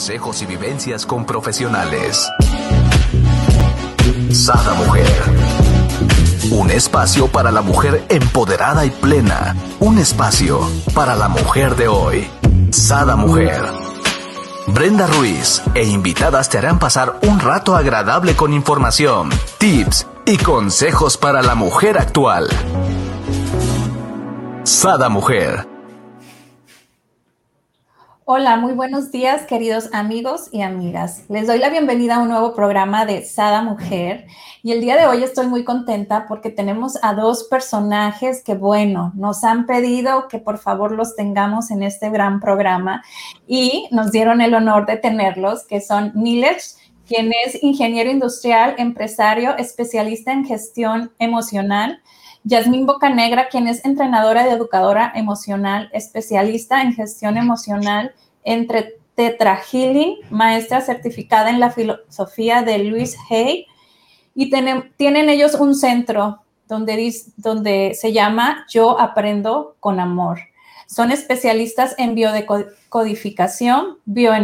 consejos y vivencias con profesionales. Sada Mujer. Un espacio para la mujer empoderada y plena. Un espacio para la mujer de hoy. Sada Mujer. Brenda Ruiz e invitadas te harán pasar un rato agradable con información, tips y consejos para la mujer actual. Sada Mujer. Hola, muy buenos días, queridos amigos y amigas. Les doy la bienvenida a un nuevo programa de Sada Mujer. Y el día de hoy estoy muy contenta porque tenemos a dos personajes que, bueno, nos han pedido que por favor los tengamos en este gran programa y nos dieron el honor de tenerlos, que son Nilesh, quien es ingeniero industrial, empresario, especialista en gestión emocional. Yasmín Bocanegra, quien es entrenadora y educadora emocional, especialista en gestión emocional entre Theta Healing, maestra certificada en la filosofía de Louise Hay. Y tienen ellos un centro donde se llama Yo Aprendo con Amor. Son especialistas en biodecodificación,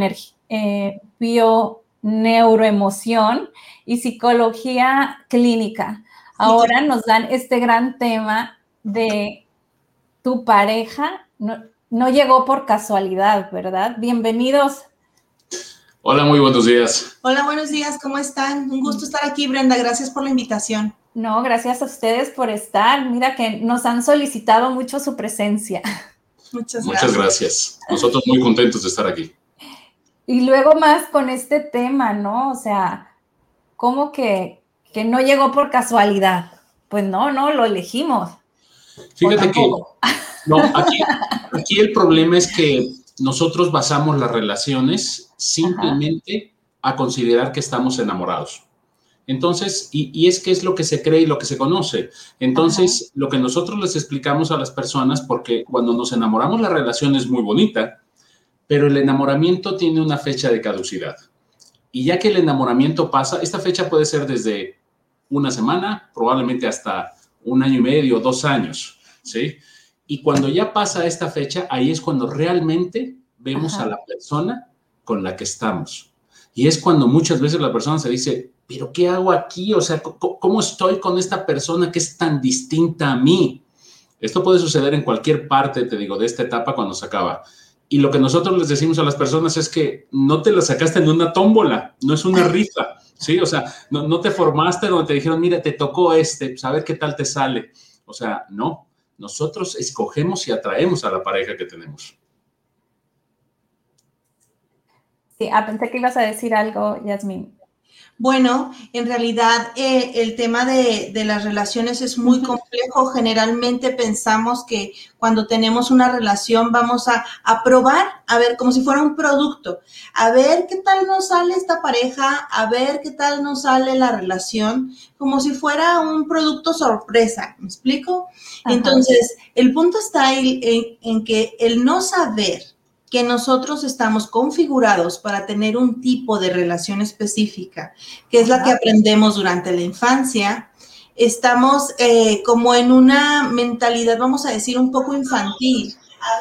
bioneuroemoción y psicología clínica. Ahora nos dan este gran tema de tu pareja no llegó por casualidad, ¿verdad? Bienvenidos. Hola, muy buenos días. Hola, buenos días, ¿cómo están? Un gusto estar aquí, Brenda, gracias por la invitación. No, gracias a ustedes por estar. Mira que nos han solicitado mucho su presencia. Muchas gracias. Nosotros muy contentos de estar aquí. Y luego más con este tema, ¿no? O sea, ¿cómo que no llegó por casualidad? Pues no, lo elegimos. Fíjate que aquí el problema es que nosotros basamos las relaciones simplemente a considerar que estamos enamorados. Entonces, y es que es lo que se cree y lo que se conoce. Entonces, lo que nosotros les explicamos a las personas, porque cuando nos enamoramos la relación es muy bonita, pero el enamoramiento tiene una fecha de caducidad. Y ya que el enamoramiento pasa, esta fecha puede ser desde una semana, probablemente hasta 1 año y medio, 2 años, ¿sí? Y cuando ya pasa esta fecha, ahí es cuando realmente vemos a la persona con la que estamos. Y es cuando muchas veces la persona se dice, ¿pero qué hago aquí? O sea, ¿cómo estoy con esta persona que es tan distinta a mí? Esto puede suceder en cualquier parte, te digo, de esta etapa cuando se acaba. Y lo que nosotros les decimos a las personas es que no te la sacaste en una tómbola, no es una rifa, ¿sí? O sea, no te formaste donde te dijeron, mira, te tocó pues a ver qué tal te sale. O sea, no, nosotros escogemos y atraemos a la pareja que tenemos. Sí, pensé que ibas a decir algo, Yasmín. Bueno, en realidad el tema de las relaciones es muy complejo. Generalmente pensamos que cuando tenemos una relación vamos a probar, a ver, como si fuera un producto, a ver qué tal nos sale esta pareja, a ver qué tal nos sale la relación, como si fuera un producto sorpresa, ¿me explico? Entonces, el punto está ahí en que el no saber que nosotros estamos configurados para tener un tipo de relación específica, que es la que aprendemos durante la infancia, estamos como en una mentalidad, vamos a decir, un poco infantil.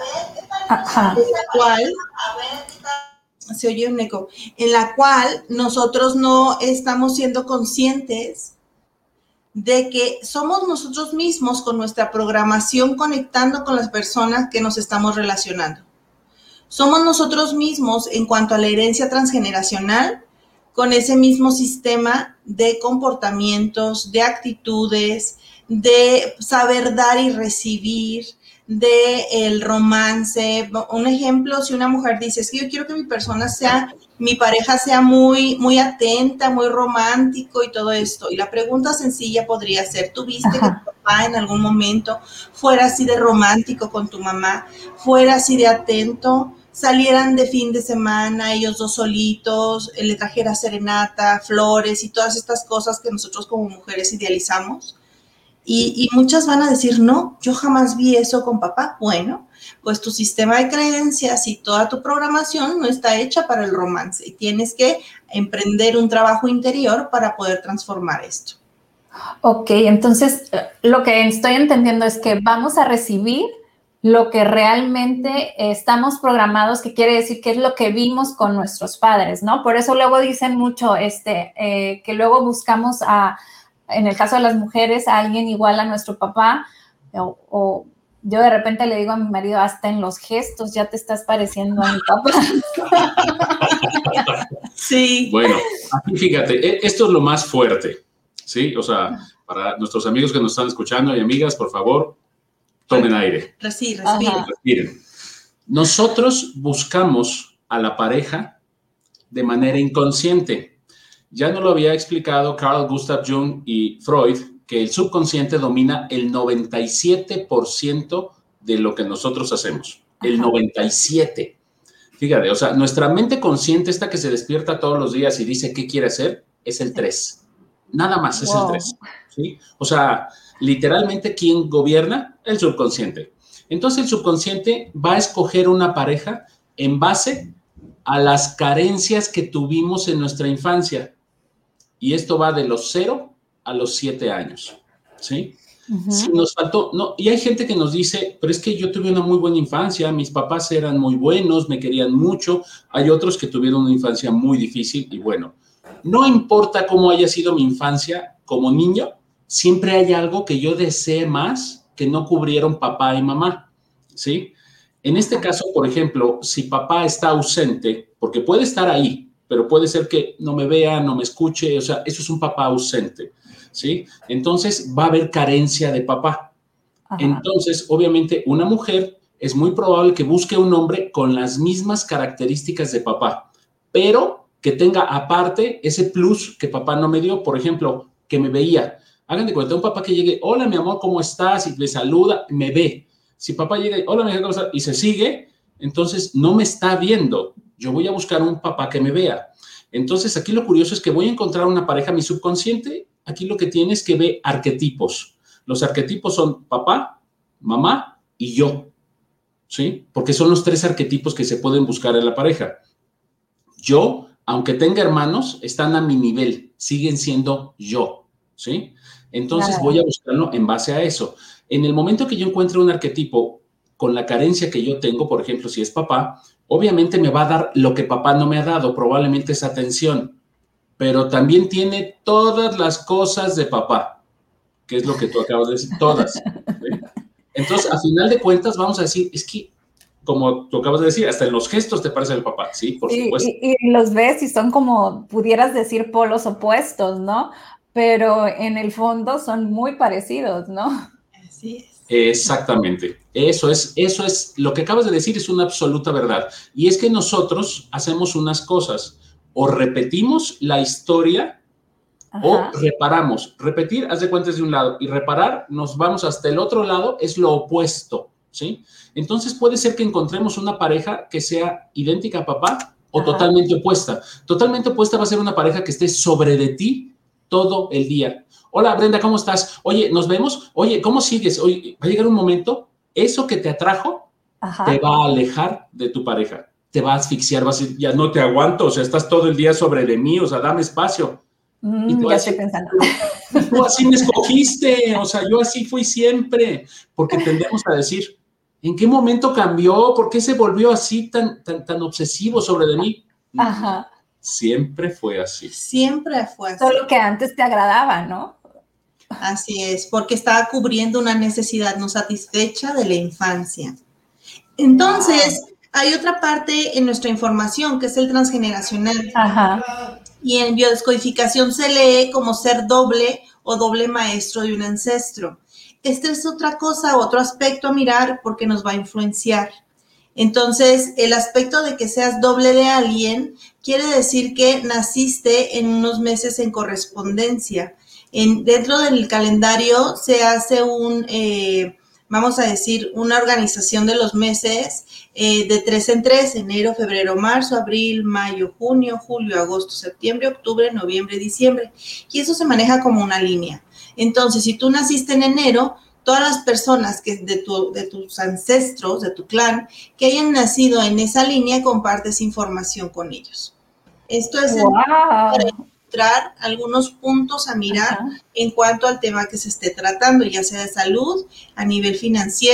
Se oye un eco, en la cual nosotros no estamos siendo conscientes de que somos nosotros mismos con nuestra programación conectando con las personas que nos estamos relacionando. Somos nosotros mismos en cuanto a la herencia transgeneracional, con ese mismo sistema de comportamientos, de actitudes, de saber dar y recibir, de el romance. Un ejemplo, si una mujer dice, es que yo quiero que mi pareja sea muy, muy atenta, muy romántico y todo esto. Y la pregunta sencilla podría ser, ¿tú viste que tu papá en algún momento fuera así de romántico con tu mamá, fuera así de atento? Salieran de fin de semana, ellos dos solitos, le trajera serenata, flores y todas estas cosas que nosotros como mujeres idealizamos. Y muchas van a decir, no, yo jamás vi eso con papá. Bueno, pues tu sistema de creencias y toda tu programación no está hecha para el romance y tienes que emprender un trabajo interior para poder transformar esto. Ok, entonces lo que estoy entendiendo es que vamos a recibir lo que realmente estamos programados, que quiere decir que es lo que vimos con nuestros padres, ¿no? Por eso luego dicen mucho que luego buscamos en el caso de las mujeres, a alguien igual a nuestro papá, o yo de repente le digo a mi marido, hasta en los gestos ya te estás pareciendo a mi papá. Sí. Bueno, aquí fíjate, esto es lo más fuerte, ¿sí? O sea, para nuestros amigos que nos están escuchando y amigas, por favor, tomen aire. Respiren. Nosotros buscamos a la pareja de manera inconsciente. Ya nos lo había explicado Carl Gustav Jung y Freud, que el subconsciente domina el 97% de lo que nosotros hacemos. El 97%. Fíjate, o sea, nuestra mente consciente, esta que se despierta todos los días y dice qué quiere hacer, es el 3%. Nada más es el 3%. ¿Sí? O sea, literalmente, ¿quién gobierna? El subconsciente. Entonces, el subconsciente va a escoger una pareja en base a las carencias que tuvimos en nuestra infancia. Y esto va de los 0 a los 7 años, ¿sí? Si nos faltó, no, y hay gente que nos dice, pero es que yo tuve una muy buena infancia, mis papás eran muy buenos, me querían mucho. Hay otros que tuvieron una infancia muy difícil y bueno, no importa cómo haya sido mi infancia como niño, siempre hay algo que yo desee más que no cubrieron papá y mamá, ¿sí? En este caso, por ejemplo, si papá está ausente, porque puede estar ahí, pero puede ser que no me vea, no me escuche, o sea, eso es un papá ausente, ¿sí? Entonces va a haber carencia de papá. Entonces, obviamente, una mujer es muy probable que busque un hombre con las mismas características de papá, pero que tenga aparte ese plus que papá no me dio, por ejemplo, que me veía. Hagan de cuenta, un papá que llegue, hola, mi amor, ¿cómo estás? Y le saluda, me ve. Si papá llega, hola, mi amor, ¿cómo estás? Y se sigue, entonces no me está viendo. Yo voy a buscar un papá que me vea. Entonces, aquí lo curioso es que voy a encontrar una pareja, mi subconsciente, aquí lo que tiene es que ve arquetipos. Los arquetipos son papá, mamá y yo, ¿sí? Porque son los 3 arquetipos que se pueden buscar en la pareja. Yo, aunque tenga hermanos, están a mi nivel, siguen siendo yo, ¿sí? Entonces voy a buscarlo en base a eso. En el momento que yo encuentre un arquetipo con la carencia que yo tengo, por ejemplo, si es papá, obviamente me va a dar lo que papá no me ha dado, probablemente es atención, pero también tiene todas las cosas de papá, que es lo que tú acabas de decir, todas, ¿sí? Entonces, a final de cuentas, vamos a decir, es que, como tú acabas de decir, hasta en los gestos te parece el papá, sí, por supuesto. Y los ves y son como, pudieras decir, polos opuestos, ¿no? Pero en el fondo son muy parecidos, ¿no? Así es. Exactamente. Eso es, lo que acabas de decir es una absoluta verdad. Y es que nosotros hacemos unas cosas, o repetimos la historia o reparamos. Repetir, haz de cuenta, es de un lado, y reparar, nos vamos hasta el otro lado, es lo opuesto, ¿sí? Entonces puede ser que encontremos una pareja que sea idéntica a papá o totalmente opuesta. Totalmente opuesta va a ser una pareja que esté sobre de ti todo el día. Hola, Brenda, ¿cómo estás? Oye, ¿nos vemos? Oye, ¿cómo sigues? Oye, va a llegar un momento, eso que te atrajo te va a alejar de tu pareja, te va a asfixiar, vas a decir, ya no te aguanto, o sea, estás todo el día sobre de mí, o sea, dame espacio. Y te ya estoy pensando. Tú así me escogiste, o sea, yo así fui siempre, porque tendemos a decir, ¿en qué momento cambió? ¿Por qué se volvió así tan obsesivo sobre de mí? Siempre fue así. Siempre fue así. Solo que antes te agradaba, ¿no? Así es, porque estaba cubriendo una necesidad no satisfecha de la infancia. Entonces, hay otra parte en nuestra información que es el transgeneracional. Y en biodescodificación se lee como ser doble o doble maestro de un ancestro. Esta es otra cosa, otro aspecto a mirar porque nos va a influenciar. Entonces, el aspecto de que seas doble de alguien quiere decir que naciste en unos meses en correspondencia. Dentro del calendario se hace vamos a decir, una organización de los meses de 3 en 3, enero, febrero, marzo, abril, mayo, junio, julio, agosto, septiembre, octubre, noviembre, diciembre. Y eso se maneja como una línea. Entonces, si tú naciste en enero, todas las personas que de tus ancestros, de tu clan, que hayan nacido en esa línea, compartes información con ellos. Esto es para encontrar algunos puntos a mirar en cuanto al tema que se esté tratando, ya sea de salud, a nivel financiero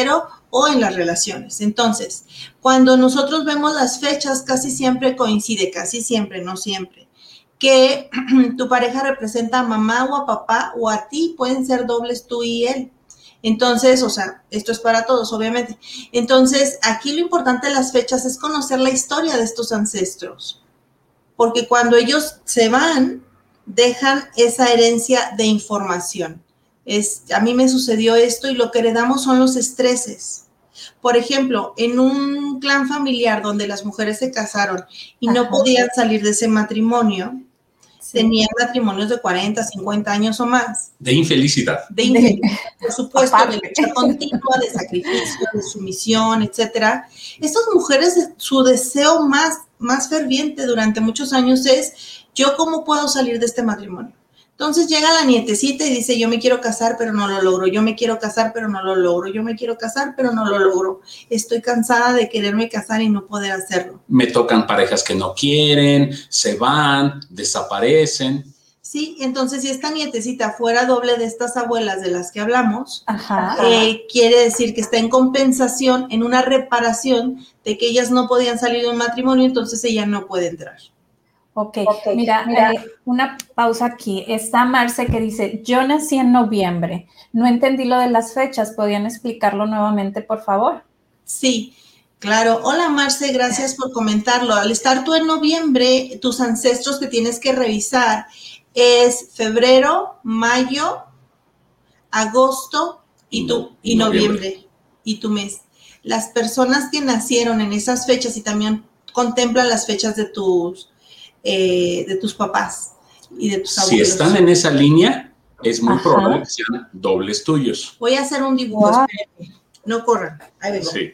o en las relaciones. Entonces, cuando nosotros vemos las fechas, casi siempre coincide, casi siempre, no siempre, que tu pareja representa a mamá o a papá o a ti, pueden ser dobles tú y él. Entonces, o sea, esto es para todos, obviamente. Entonces, aquí lo importante de las fechas es conocer la historia de estos ancestros, porque cuando ellos se van, dejan esa herencia de información. A mí me sucedió esto y lo que heredamos son los estreses. Por ejemplo, en un clan familiar donde las mujeres se casaron y no podían salir de ese matrimonio, tenían matrimonios de 40, 50 años o más. De infelicidad. De infelicidad, por supuesto, de lucha continua, de sacrificio, de sumisión, etcétera. Estas mujeres, su deseo más ferviente durante muchos años es, ¿yo cómo puedo salir de este matrimonio? Entonces llega la nietecita y dice, yo me quiero casar, pero no lo logro. Yo me quiero casar, pero no lo logro. Yo me quiero casar, pero no lo logro. Estoy cansada de quererme casar y no poder hacerlo. Me tocan parejas que no quieren, se van, desaparecen. Sí, entonces si esta nietecita fuera doble de estas abuelas de las que hablamos, quiere decir que está en compensación, en una reparación de que ellas no podían salir de un matrimonio, entonces ella no puede entrar. Ok, mira, una pausa aquí. Está Marce que dice, yo nací en noviembre. No entendí lo de las fechas. ¿Podrían explicarlo nuevamente, por favor? Sí, claro. Hola, Marce, gracias por comentarlo. Al estar tú en noviembre, tus ancestros que tienes que revisar es febrero, mayo, agosto y noviembre. Y tu mes. Las personas que nacieron en esas fechas y también contemplan las fechas de tus papás y de tus abuelos. Si están en esa línea, es muy probable que sean dobles tuyos. Voy a hacer un dibujo. Wow. No corran. Ahí vengo. Sí.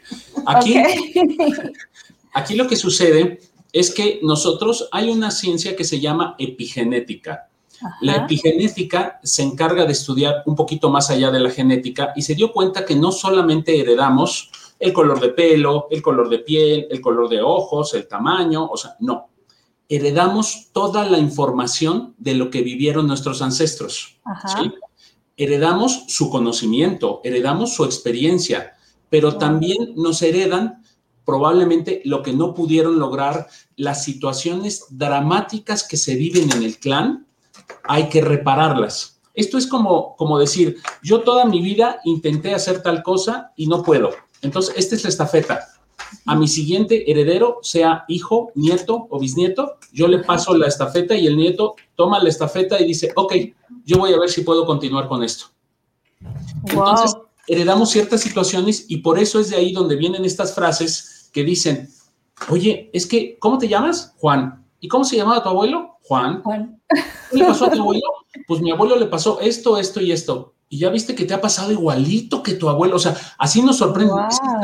Aquí lo que sucede es que nosotros, hay una ciencia que se llama epigenética. La epigenética se encarga de estudiar un poquito más allá de la genética y se dio cuenta que no solamente heredamos el color de pelo, el color de piel, el color de ojos, el tamaño, o sea, no. Heredamos toda la información de lo que vivieron nuestros ancestros. ¿Sí? Heredamos su conocimiento, heredamos su experiencia, pero también nos heredan probablemente lo que no pudieron lograr, las situaciones dramáticas que se viven en el clan, hay que repararlas. Esto es como decir, yo toda mi vida intenté hacer tal cosa y no puedo. Entonces, esta es la estafeta. A mi siguiente heredero, sea hijo, nieto o bisnieto, yo le paso la estafeta y el nieto toma la estafeta y dice, ok, yo voy a ver si puedo continuar con esto. Entonces, heredamos ciertas situaciones y por eso es de ahí donde vienen estas frases que dicen, oye, es que, ¿cómo te llamas? Juan. ¿Y cómo se llamaba tu abuelo? Juan. ¿Qué le pasó a tu abuelo? Pues mi abuelo le pasó esto, esto y esto. Y ya viste que te ha pasado igualito que tu abuelo. O sea, así nos sorprende.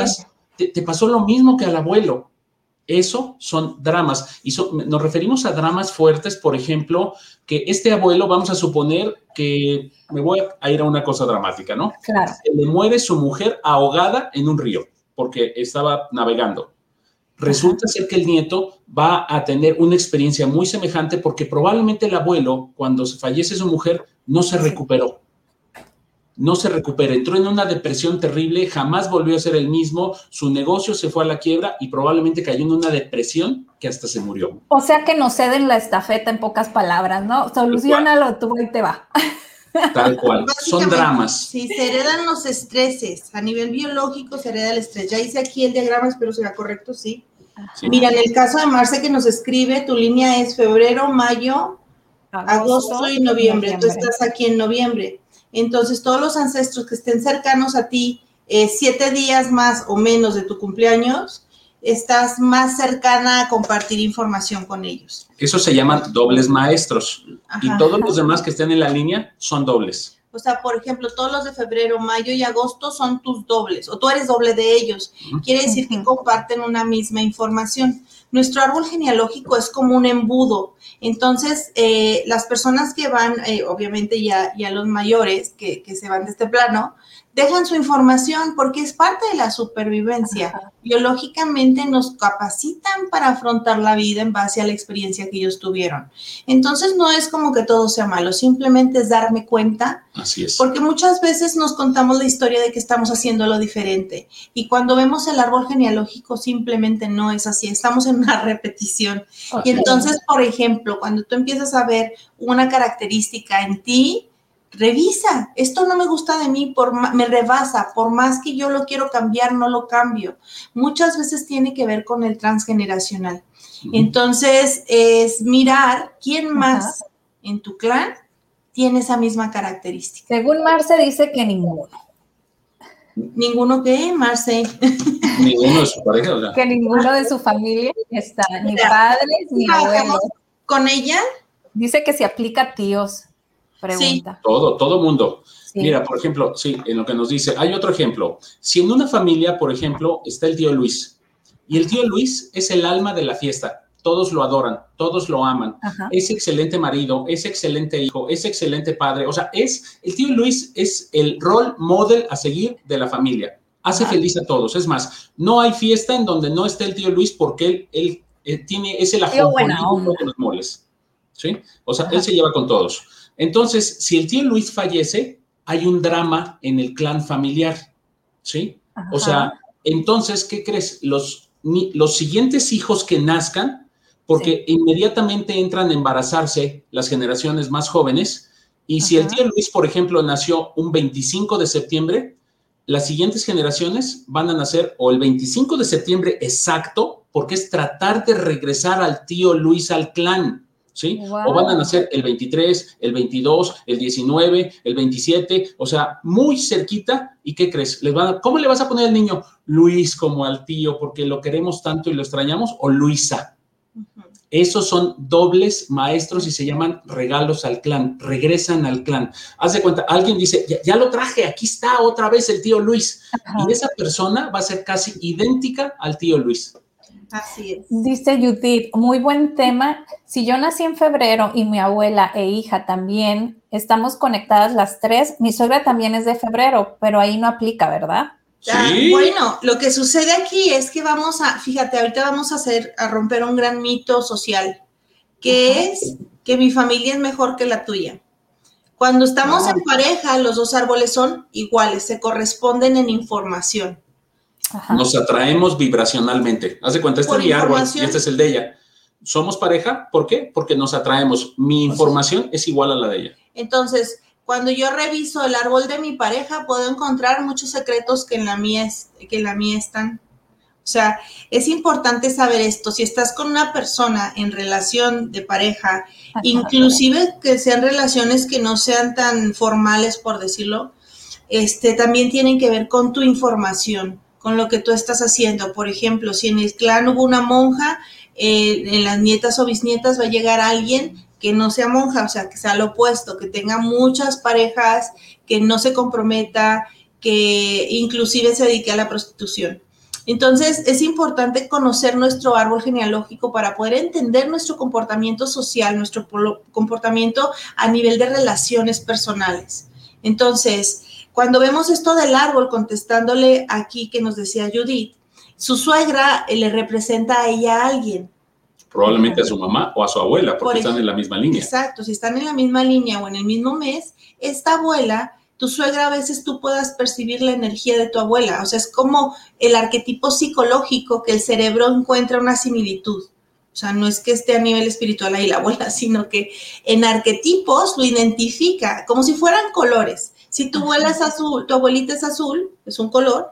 Te pasó lo mismo que al abuelo. Eso son dramas. Y nos referimos a dramas fuertes, por ejemplo, que este abuelo, vamos a suponer que me voy a ir a una cosa dramática, ¿no? Claro. Se le muere su mujer ahogada en un río porque estaba navegando. Resulta ser que el nieto va a tener una experiencia muy semejante porque probablemente el abuelo, cuando fallece su mujer, no se recuperó. No se recupera, entró en una depresión terrible, jamás volvió a ser el mismo, su negocio se fue a la quiebra y probablemente cayó en una depresión que hasta se murió. O sea que nos ceden la estafeta en pocas palabras, ¿no? Soluciónalo tú y te va. Tal cual, son dramas. Sí, se heredan los estreses, a nivel biológico se hereda el estrés. Ya hice aquí el diagrama, espero será correcto, sí. Mira, en el caso de Marce que nos escribe, tu línea es febrero, mayo, agosto y noviembre. Tú estás aquí en noviembre. Entonces, todos los ancestros que estén cercanos a ti, 7 días más o menos de tu cumpleaños, estás más cercana a compartir información con ellos. Eso se llaman dobles maestros. Y todos los demás que estén en la línea son dobles. O sea, por ejemplo, todos los de febrero, mayo y agosto son tus dobles, o tú eres doble de ellos. Quiere decir que comparten una misma información. nuestro árbol genealógico es como un embudo. Entonces, las personas que van, obviamente ya los mayores que se van de este plano, dejan su información porque es parte de la supervivencia. Ajá. Biológicamente nos capacitan para afrontar la vida en base a la experiencia que ellos tuvieron. Entonces, no es como que todo sea malo, simplemente es darme cuenta. Así es. Porque muchas veces nos contamos la historia de que estamos haciéndolo diferente. Y cuando vemos el árbol genealógico, simplemente no es así. Estamos en una repetición. Okay. Y entonces, por ejemplo, cuando tú empiezas a ver una característica en ti, revisa, esto no me gusta de mí, me rebasa, por más que yo lo quiero cambiar, no lo cambio. Muchas veces tiene que ver con el transgeneracional. Entonces, es mirar quién más en tu clan tiene esa misma característica. Según Marce dice que ninguno. ¿Ninguno qué, Marce? Ninguno de su pareja, ¿verdad? Que ninguno de su familia está, ni padres ni abuelos. ¿Con ella? Dice que se aplica a tíos. Pregunta. Sí, todo mundo. Sí. Mira, por ejemplo, sí, en lo que nos dice, hay otro ejemplo. Si en una familia, por ejemplo, está el tío Luis, y el tío Luis es el alma de la fiesta, todos lo adoran, todos lo aman, es excelente marido, es excelente hijo, es excelente padre, o sea, el tío Luis es el role model a seguir de la familia, hace feliz a todos. Es más, no hay fiesta en donde no esté el tío Luis porque él es el ajonjolí de los moles, ¿sí? O sea, él se lleva con todos. Entonces, si el tío Luis fallece, hay un drama en el clan familiar, ¿sí? O sea, entonces, ¿qué crees? Los siguientes hijos que nazcan, porque inmediatamente entran a embarazarse las generaciones más jóvenes, y si el tío Luis, por ejemplo, nació un 25 de septiembre, las siguientes generaciones van a nacer o el 25 de septiembre exacto, porque es tratar de regresar al tío Luis al clan, ¿sí? Wow. O van a nacer el 23, el 22, el 19, el 27, o sea, muy cerquita. ¿Y qué crees? ¿Cómo le vas a poner al niño? Luis, como al tío, porque lo queremos tanto y lo extrañamos, o Luisa. Esos son dobles maestros y se llaman regalos al clan, regresan al clan. Haz de cuenta, alguien dice, ya lo traje, aquí está otra vez el tío Luis. Y esa persona va a ser casi idéntica al tío Luis. Así es. Dice Judith, muy buen tema. Si yo nací en febrero y mi abuela e hija también, estamos conectadas las tres. Mi suegra también es de febrero, pero ahí no aplica, ¿verdad? ¿Sí? Bueno, lo que sucede aquí es que fíjate, ahorita vamos a romper un gran mito social, que es que mi familia es mejor que la tuya. Cuando estamos en pareja, los dos árboles son iguales, se corresponden en información. Nos atraemos vibracionalmente. Haz de cuenta, este es mi árbol y este es el de ella. ¿Somos pareja? ¿Por qué? Porque nos atraemos. Mi información es igual a la de ella. Entonces, cuando yo reviso el árbol de mi pareja, puedo encontrar muchos secretos que en la mía están. O sea, es importante saber esto. Si estás con una persona en relación de pareja, inclusive que sean relaciones que no sean tan formales, por decirlo, también tienen que ver con tu información, con lo que tú estás haciendo. Por ejemplo, si en el clan hubo una monja, en las nietas o bisnietas va a llegar alguien que no sea monja, o sea, que sea lo opuesto, que tenga muchas parejas, que no se comprometa, que inclusive se dedique a la prostitución. Entonces, es importante conocer nuestro árbol genealógico para poder entender nuestro comportamiento social, nuestro comportamiento a nivel de relaciones personales. Entonces, cuando vemos esto del árbol, contestándole aquí que nos decía Judith, su suegra le representa a ella a alguien. Probablemente a su mamá o a su abuela, porque están en la misma línea. Exacto, si están en la misma línea o en el mismo mes, esta abuela, tu suegra, a veces tú puedas percibir la energía de tu abuela. O sea, es como el arquetipo psicológico que el cerebro encuentra una similitud. O sea, no es que esté a nivel espiritual ahí la abuela, sino que en arquetipos lo identifica, como si fueran colores. Si tu abuela es azul, tu abuelita es azul, es un color,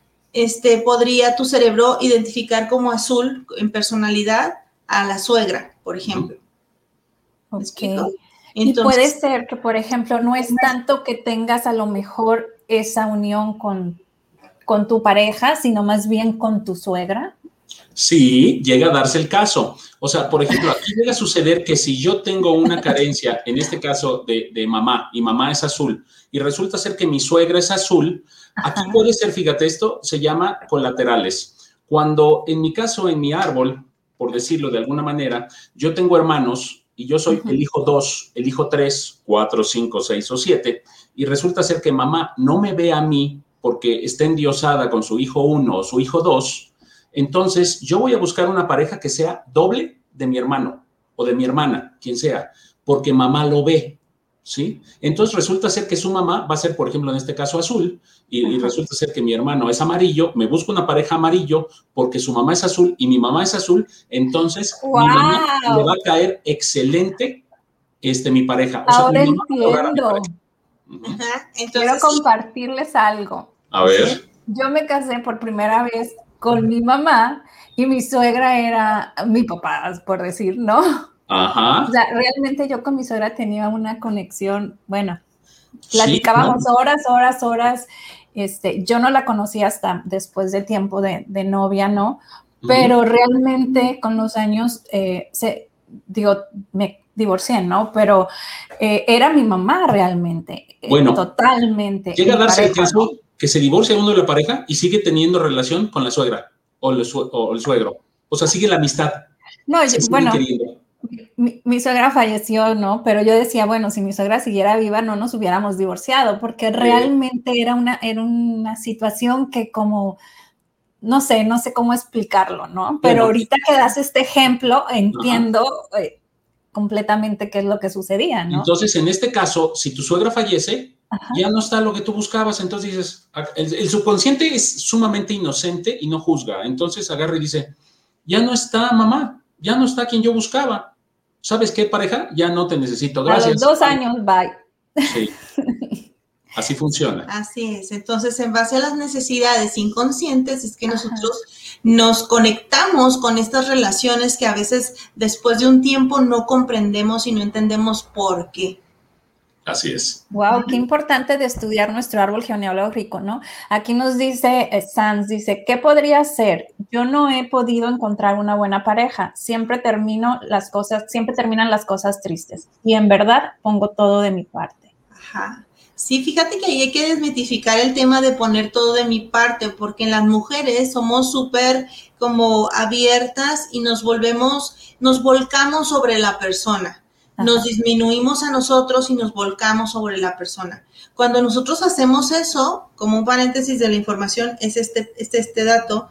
podría tu cerebro identificar como azul en personalidad a la suegra, por ejemplo. Okay. Entonces, y puede ser que, por ejemplo, no es tanto que tengas a lo mejor esa unión con tu pareja, sino más bien con tu suegra. Sí, llega a darse el caso. O sea, por ejemplo, aquí llega a suceder que si yo tengo una carencia, en este caso de mamá, y mamá es azul, y resulta ser que mi suegra es azul, aquí puede ser, fíjate, esto se llama colaterales. Cuando en mi caso, en mi árbol, por decirlo de alguna manera, yo tengo hermanos y yo soy el hijo 2, el hijo 3, 4, 5, 6 o 7, y resulta ser que mamá no me ve a mí porque está endiosada con su hijo 1 o su hijo 2, entonces yo voy a buscar una pareja que sea doble de mi hermano o de mi hermana, quien sea, porque mamá lo ve, ¿sí? Entonces resulta ser que su mamá va a ser, por ejemplo, en este caso azul, y resulta ser que mi hermano es amarillo, me busco una pareja amarillo porque su mamá es azul y mi mamá es azul, entonces mi mamá le va a caer excelente mi pareja. O sea, Ahora mi mamá va a adorar a mi entiendo. pareja. Entonces, Quiero compartirles algo. A ver. Yo me casé por primera vez con mi mamá y mi suegra era mi papá, por decir, ¿no? Ajá. O sea, realmente yo con mi suegra tenía una conexión, bueno, platicábamos sí, claro. horas. Yo no la conocí hasta después de tiempo de novia, ¿no? Pero realmente con los años, me divorcié, ¿no? Pero era mi mamá realmente, Bueno, totalmente. llega a darse pareja, el caso, ¿no?, que se divorcia uno de la pareja y sigue teniendo relación con la suegra o el suegro. O sea, sigue la amistad. No, bueno, queriendo. Mi suegra falleció, ¿no? Pero yo decía, bueno, si mi suegra siguiera viva, no nos hubiéramos divorciado, porque realmente era una situación que como, no sé cómo explicarlo, ¿no? Pero Bueno, ahorita que das este ejemplo, entiendo completamente qué es lo que sucedía, ¿no? Entonces, en este caso, si tu suegra fallece, ya no está lo que tú buscabas, entonces dices, el subconsciente es sumamente inocente y no juzga, entonces agarra y dice, ya no está mamá, ya no está quien yo buscaba. ¿Sabes qué, pareja? Ya no te necesito, gracias. A los 2 años, bye. Sí, así funciona. Así es, entonces en base a las necesidades inconscientes es que nosotros nos conectamos con estas relaciones que a veces después de un tiempo no comprendemos y no entendemos por qué. Así es. Wow, qué importante de estudiar nuestro árbol genealógico, ¿no? Aquí nos dice Sanz, dice, ¿qué podría ser? Yo no he podido encontrar una buena pareja. Siempre terminan las cosas tristes. Y en verdad pongo todo de mi parte. Ajá. Sí, fíjate que ahí hay que desmitificar el tema de poner todo de mi parte, porque en las mujeres somos súper como abiertas y nos volcamos sobre la persona. Nos disminuimos a nosotros y nos volcamos sobre la persona. Cuando nosotros hacemos eso, como un paréntesis de la información, es este dato,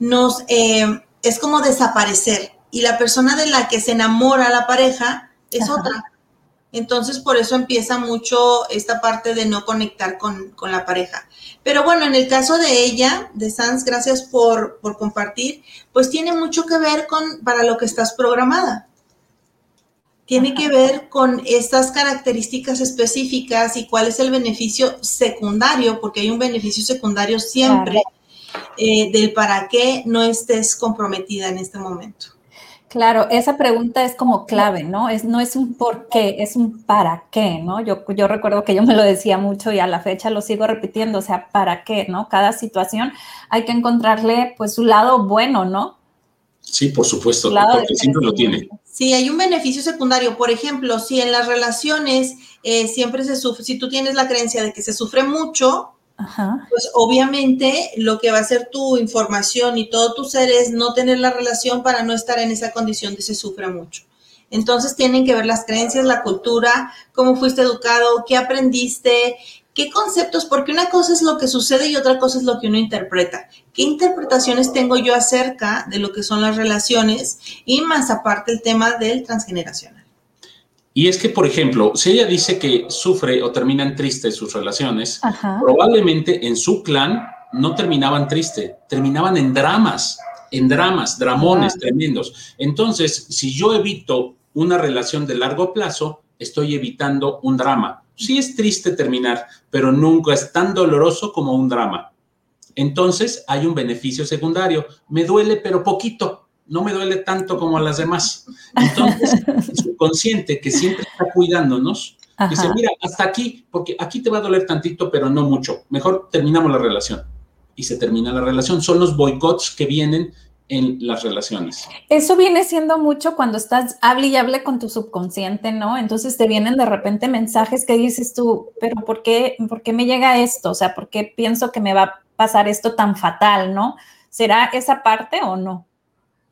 es como desaparecer. Y la persona de la que se enamora la pareja es otra. Entonces, por eso empieza mucho esta parte de no conectar con la pareja. Pero bueno, en el caso de ella, de Sanz, gracias por compartir, pues tiene mucho que ver para lo que estás programada. Tiene que ver con estas características específicas y cuál es el beneficio secundario, porque hay un beneficio secundario siempre, del para qué no estés comprometida en este momento. Claro, esa pregunta es como clave, ¿no? No es un por qué, es un para qué, ¿no? Yo recuerdo que yo me lo decía mucho y a la fecha lo sigo repitiendo, o sea, ¿para qué, no? Cada situación hay que encontrarle, pues, su lado bueno, ¿no? Sí, por supuesto, porque siempre lo tiene. Sí, hay un beneficio secundario. Por ejemplo, si en las relaciones siempre se sufre, si tú tienes la creencia de que se sufre mucho, pues obviamente lo que va a ser tu información y todo tu ser es no tener la relación para no estar en esa condición de se sufre mucho. Entonces tienen que ver las creencias, la cultura, cómo fuiste educado, qué aprendiste, qué conceptos, porque una cosa es lo que sucede y otra cosa es lo que uno interpreta. ¿Qué interpretaciones tengo yo acerca de lo que son las relaciones? Y más aparte el tema del transgeneracional. Y es que, por ejemplo, si ella dice que sufre o terminan tristes sus relaciones, probablemente en su clan no terminaban triste, terminaban en dramas, dramones tremendos. Entonces, si yo evito una relación de largo plazo, estoy evitando un drama. Sí es triste terminar, pero nunca es tan doloroso como un drama. Entonces, hay un beneficio secundario. Me duele, pero poquito. No me duele tanto como a las demás. Entonces, el subconsciente que siempre está cuidándonos, dice, mira, hasta aquí, porque aquí te va a doler tantito, pero no mucho. Mejor terminamos la relación. Y se termina la relación. Son los boicots que vienen en las relaciones. Eso viene siendo mucho cuando estás hable y hable con tu subconsciente, ¿no? Entonces te vienen de repente mensajes que dices tú, pero ¿por qué me llega esto? O sea, ¿por qué pienso que me va a pasar esto tan fatal, no? ¿Será esa parte o no?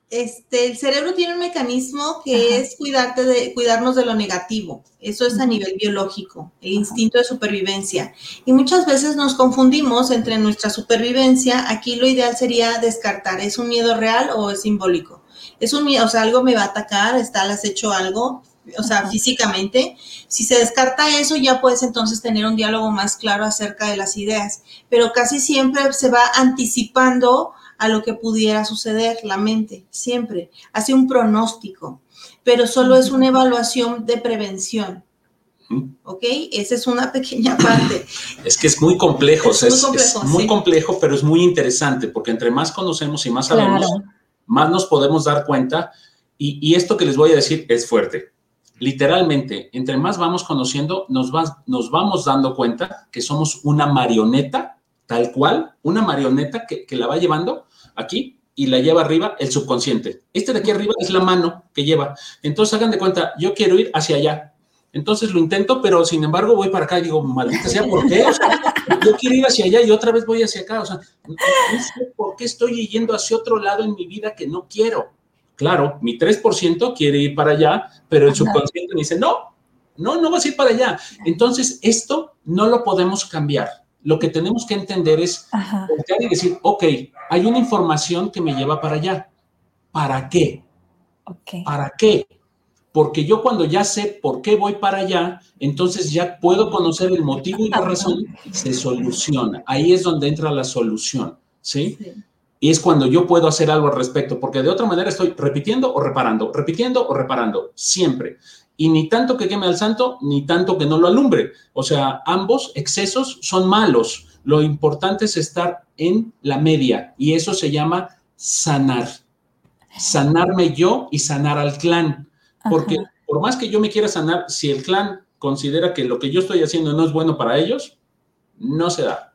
El cerebro tiene un mecanismo que es cuidarnos de lo negativo. Eso es a nivel biológico, el instinto de supervivencia. Y muchas veces nos confundimos entre nuestra supervivencia. Aquí lo ideal sería descartar, ¿es un miedo real o es simbólico? Es un miedo, o sea, algo me va a atacar, has hecho algo, o sea, físicamente. Si se descarta eso, ya puedes entonces tener un diálogo más claro acerca de las ideas. Pero casi siempre se va anticipando a lo que pudiera suceder, la mente, siempre. Hace un pronóstico, pero solo es una evaluación de prevención. ¿Ok? Esa es una pequeña parte. Es que es muy complejo, es muy complejo, pero es muy interesante, porque entre más conocemos y más sabemos, más nos podemos dar cuenta, y esto que les voy a decir es fuerte. Literalmente, entre más vamos conociendo, nos vamos dando cuenta que somos una marioneta, tal cual, una marioneta que la va llevando aquí y la lleva arriba el subconsciente. De aquí arriba es la mano que lleva. Entonces, hagan de cuenta, yo quiero ir hacia allá. Entonces lo intento, pero sin embargo voy para acá y digo, maldita sea, ¿por qué? O sea, yo quiero ir hacia allá y otra vez voy hacia acá. O sea, no sé por qué estoy yendo hacia otro lado en mi vida que no quiero. Claro, mi 3% quiere ir para allá, pero el subconsciente me dice, no vas a ir para allá. Entonces, esto no lo podemos cambiar. Lo que tenemos que entender es voltear y decir, ok, hay una información que me lleva para allá. ¿Para qué? ¿Para qué? Porque yo cuando ya sé por qué voy para allá, entonces ya puedo conocer el motivo y la razón, se soluciona. Ahí es donde entra la solución, ¿sí? Y es cuando yo puedo hacer algo al respecto, porque de otra manera estoy repitiendo o reparando, siempre. Y ni tanto que queme al santo, ni tanto que no lo alumbre. O sea, ambos excesos son malos. Lo importante es estar en la media, y eso se llama sanar. Sanarme yo y sanar al clan. Porque por más que yo me quiera sanar, si el clan considera que lo que yo estoy haciendo no es bueno para ellos, no se da.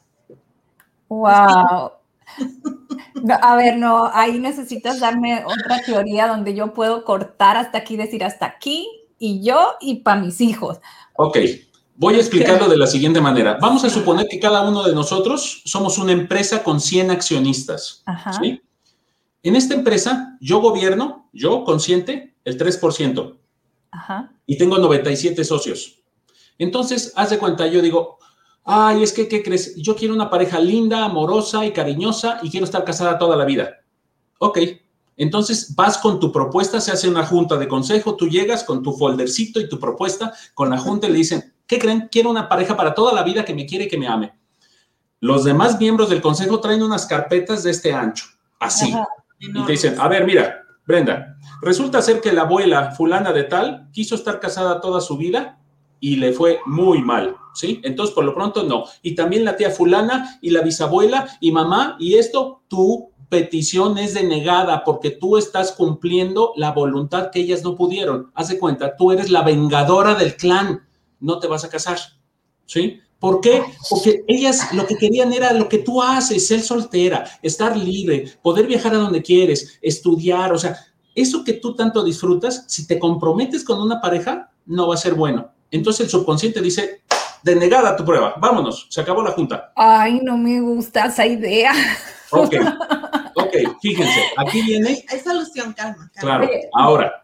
¡Wow! No, a ver, no, ahí necesitas darme otra teoría donde yo puedo cortar hasta aquí, decir hasta aquí, y yo, y para mis hijos. Ok, voy a explicarlo de la siguiente manera. Vamos a suponer que cada uno de nosotros somos una empresa con 100 accionistas, ¿sí? En esta empresa, yo gobierno, yo consciente, el 3%. Y tengo 97 socios. Entonces, haz de cuenta, yo digo, ay, es que, ¿qué crees? Yo quiero una pareja linda, amorosa y cariñosa y quiero estar casada toda la vida. Ok, entonces vas con tu propuesta, se hace una junta de consejo, tú llegas con tu foldercito y tu propuesta, con la junta y le dicen, ¿qué creen? Quiero una pareja para toda la vida que me quiere y que me ame. Los demás miembros del consejo traen unas carpetas de este ancho, así. Y te dicen, a ver, mira, Brenda, resulta ser que la abuela fulana de tal quiso estar casada toda su vida y le fue muy mal, ¿sí? Entonces, por lo pronto, no. Y también la tía fulana y la bisabuela y mamá, y esto, tu petición es denegada porque tú estás cumpliendo la voluntad que ellas no pudieron. Haz de cuenta, tú eres la vengadora del clan, no te vas a casar, ¿sí? ¿Por qué? Porque ellas lo que querían era lo que tú haces, ser soltera, estar libre, poder viajar a donde quieres, estudiar, o sea, eso que tú tanto disfrutas, si te comprometes con una pareja, no va a ser bueno. Entonces el subconsciente dice, denegada tu prueba, vámonos, se acabó la junta. Ay, no me gusta esa idea. Ok, fíjense, aquí viene. Hay solución, calma. Claro, ahora,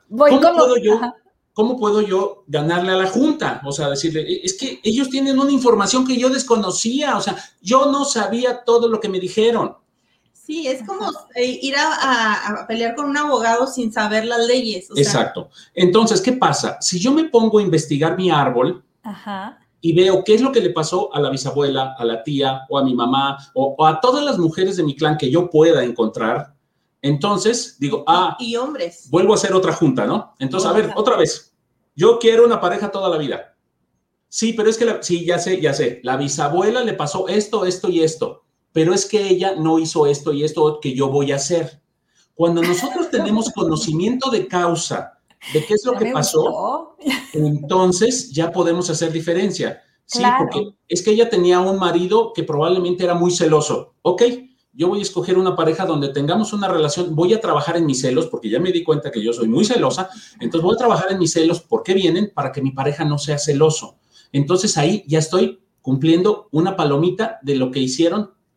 ¿cómo puedo yo ganarle a la junta? O sea, decirle, es que ellos tienen una información que yo desconocía, o sea, yo no sabía todo lo que me dijeron. Sí, es como ir a pelear con un abogado sin saber las leyes. Exacto. Entonces, ¿qué pasa? Si yo me pongo a investigar mi árbol y veo qué es lo que le pasó a la bisabuela, a la tía o a mi mamá o a todas las mujeres de mi clan que yo pueda encontrar, entonces digo, y hombres. Vuelvo a hacer otra junta, ¿no? Entonces, a ver, otra vez. Yo quiero una pareja toda la vida. Sí, pero es que, sí, ya sé. La bisabuela le pasó esto, esto y esto. Pero es que ella no hizo esto y esto que yo voy a hacer. Cuando nosotros tenemos conocimiento de causa de qué es lo que pasó, entonces ya podemos hacer diferencia. Sí, porque es que ella tenía un marido que probablemente era muy celoso. Ok, yo voy a escoger una pareja donde tengamos una relación, voy a trabajar en mis celos, porque ya me di cuenta que yo soy muy celosa, entonces voy a trabajar en mis celos, ¿por qué vienen? Para que mi pareja no sea celoso. Entonces ahí ya estoy cumpliendo una palomita de lo que hicieron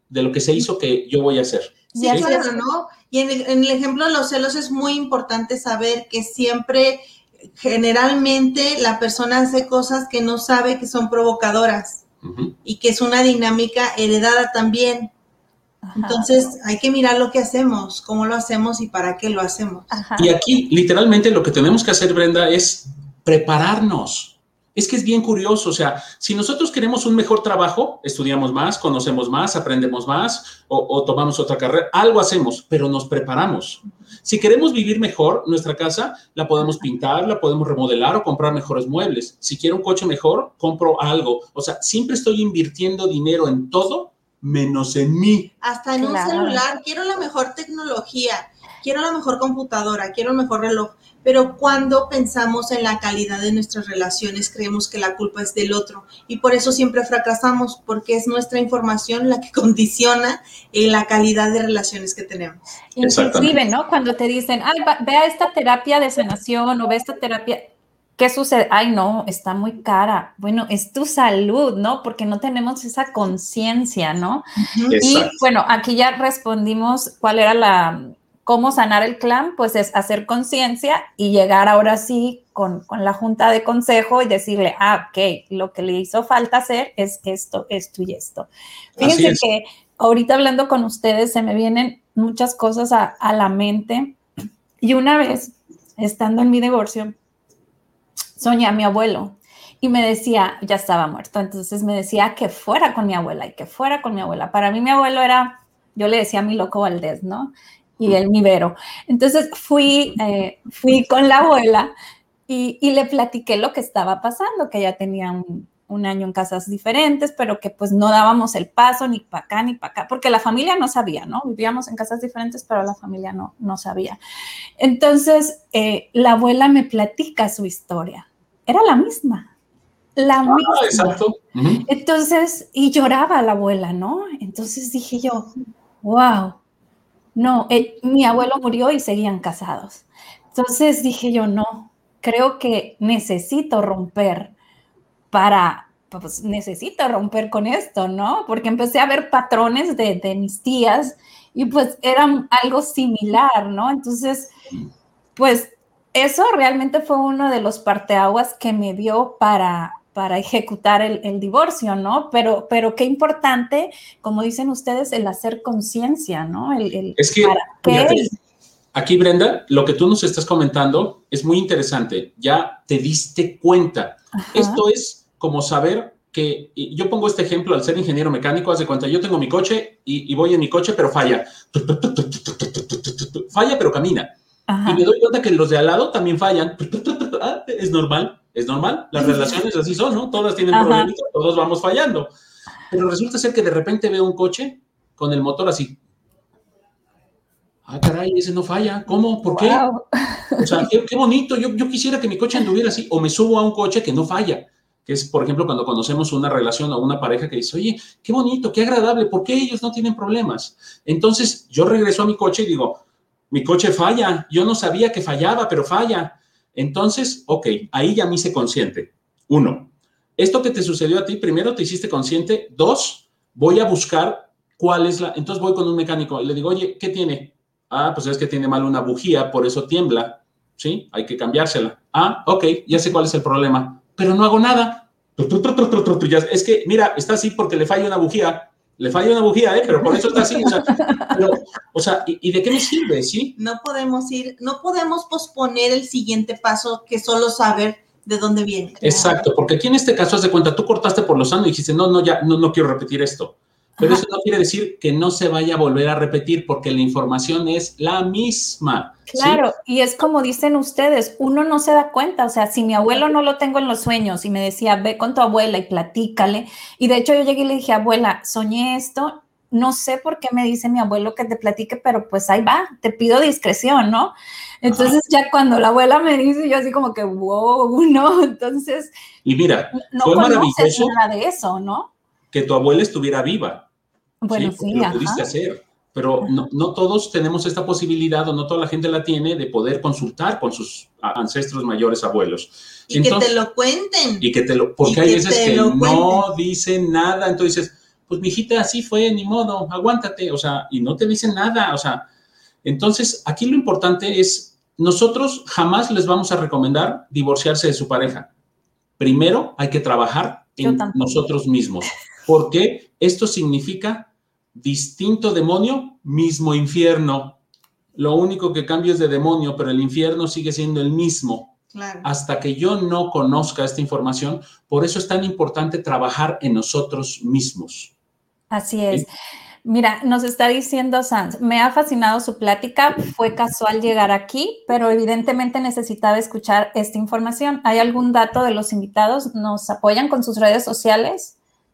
de lo que se hizo que yo voy a hacer. Sí, claro, ¿no? Y en el ejemplo de los celos es muy importante saber que siempre, generalmente, la persona hace cosas que no sabe que son provocadoras y que es una dinámica heredada también. Entonces, hay que mirar lo que hacemos, cómo lo hacemos y para qué lo hacemos. Y aquí, literalmente, lo que tenemos que hacer, Brenda, es prepararnos. Es que es bien curioso, o sea, si nosotros queremos un mejor trabajo, estudiamos más, conocemos más, aprendemos más o tomamos otra carrera, algo hacemos, pero nos preparamos. Si queremos vivir mejor, nuestra casa la podemos pintar, la podemos remodelar o comprar mejores muebles. Si quiero un coche mejor, compro algo. O sea, siempre estoy invirtiendo dinero en todo, menos en mí. Hasta en un celular, quiero la mejor tecnología, quiero la mejor computadora, quiero el mejor reloj. Pero cuando pensamos en la calidad de nuestras relaciones, creemos que la culpa es del otro. Y por eso siempre fracasamos, porque es nuestra información la que condiciona la calidad de relaciones que tenemos. Inclusive, ¿no? Cuando te dicen, ay, ve a esta terapia de sanación o ve a esta terapia, ¿qué sucede? Ay, no, está muy cara. Bueno, es tu salud, ¿no? Porque no tenemos esa conciencia, ¿no? Y bueno, aquí ya respondimos cuál era cómo sanar el clan, pues es hacer conciencia y llegar ahora sí con la junta de consejo y decirle, ok, lo que le hizo falta hacer es esto, esto y esto. Fíjense que ahorita hablando con ustedes se me vienen muchas cosas a la mente y una vez, estando en mi divorcio, soñé a mi abuelo y me decía, ya estaba muerto, entonces me decía que fuera con mi abuela y que fuera con mi abuela. Para mí mi abuelo era, yo le decía mi loco Valdés, ¿no? Y él mi Vero. Entonces fui con la abuela y le platiqué lo que estaba pasando, que ella tenía un año en casas diferentes, pero que pues no dábamos el paso ni para acá ni para acá, porque la familia no sabía, ¿no? Vivíamos en casas diferentes, pero la familia no sabía. Entonces la abuela me platica su historia. Era la misma. La misma. Exacto. Entonces, y lloraba la abuela, ¿no? Entonces dije yo, wow. No, mi abuelo murió y seguían casados. Entonces dije yo, no, creo que necesito romper necesito romper con esto, ¿no? Porque empecé a ver patrones de mis tías y pues eran algo similar, ¿no? Entonces, pues eso realmente fue uno de los parteaguas que me dio para ejecutar el divorcio, ¿no? Pero qué importante, como dicen ustedes, el hacer conciencia, ¿no? Es que, fíjate, aquí, Brenda, lo que tú nos estás comentando es muy interesante. Ya te diste cuenta. Esto es como saber que, yo pongo este ejemplo al ser ingeniero mecánico, haz de cuenta, yo tengo mi coche y voy en mi coche, pero falla. Falla, pero camina. Y me doy cuenta que los de al lado también fallan. Es normal. Es normal, las relaciones así son, ¿no? Todas tienen problemitas, todos vamos fallando. Pero resulta ser que de repente veo un coche con el motor así. Caray, ese no falla. ¿Cómo? ¿Por qué? O sea, qué bonito. Yo quisiera que mi coche anduviera así. O me subo a un coche que no falla. Que es, por ejemplo, cuando conocemos una relación o una pareja que dice, oye, qué bonito, qué agradable. ¿Por qué ellos no tienen problemas? Entonces, yo regreso a mi coche y digo, mi coche falla. Yo no sabía que fallaba, pero falla. Entonces, ok, ahí ya me hice consciente. 1, esto que te sucedió a ti, primero te hiciste consciente. 2, voy a buscar cuál es entonces voy con un mecánico y le digo, oye, ¿qué tiene? Pues es que tiene mal una bujía, por eso tiembla, ¿sí? Hay que cambiársela. Ok, ya sé cuál es el problema, pero no hago nada. Es que, mira, está así porque le falla una bujía. Le falla una bujía, pero por eso está así. O sea, ¿y de qué me sirve, sí? No podemos posponer el siguiente paso, que solo saber de dónde viene. Exacto, porque aquí en este caso, haz de cuenta, tú cortaste por lo sano y dijiste, no quiero repetir esto. Pero eso no quiere decir que no se vaya a volver a repetir, porque la información es la misma. Claro, ¿sí? Y es como dicen ustedes, uno no se da cuenta. O sea, si mi abuelo no lo tengo en los sueños y me decía, ve con tu abuela y platícale. Y de hecho yo llegué y le dije, abuela, soñé esto. No sé por qué me dice mi abuelo que te platique, pero pues ahí va, te pido discreción, ¿no? Entonces ya cuando la abuela me dice, yo así como que, wow, ¿no? Entonces, y mira, no fue conoces maravilloso nada de eso, ¿no? Que tu abuela estuviera viva. Bueno, sí, lo pudiste hacer, pero no todos tenemos esta posibilidad o no toda la gente la tiene de poder consultar con sus ancestros mayores, abuelos. Y entonces, que te lo cuenten. Porque hay veces que no dicen nada, entonces dices, pues mijita, así fue, ni modo, aguántate, o sea, y no te dicen nada, o sea, entonces aquí lo importante es, nosotros jamás les vamos a recomendar divorciarse de su pareja. Primero hay que trabajar en nosotros mismos, porque esto significa distinto demonio, mismo infierno. Lo único que cambia es de demonio, pero el infierno sigue siendo el mismo. Claro. Hasta que yo no conozca esta información, por eso es tan importante trabajar en nosotros mismos. Así es. Mira, nos está diciendo Sanz, me ha fascinado su plática, fue casual llegar aquí, pero evidentemente necesitaba escuchar esta información. ¿Hay algún dato de los invitados? ¿Nos apoyan con sus redes sociales?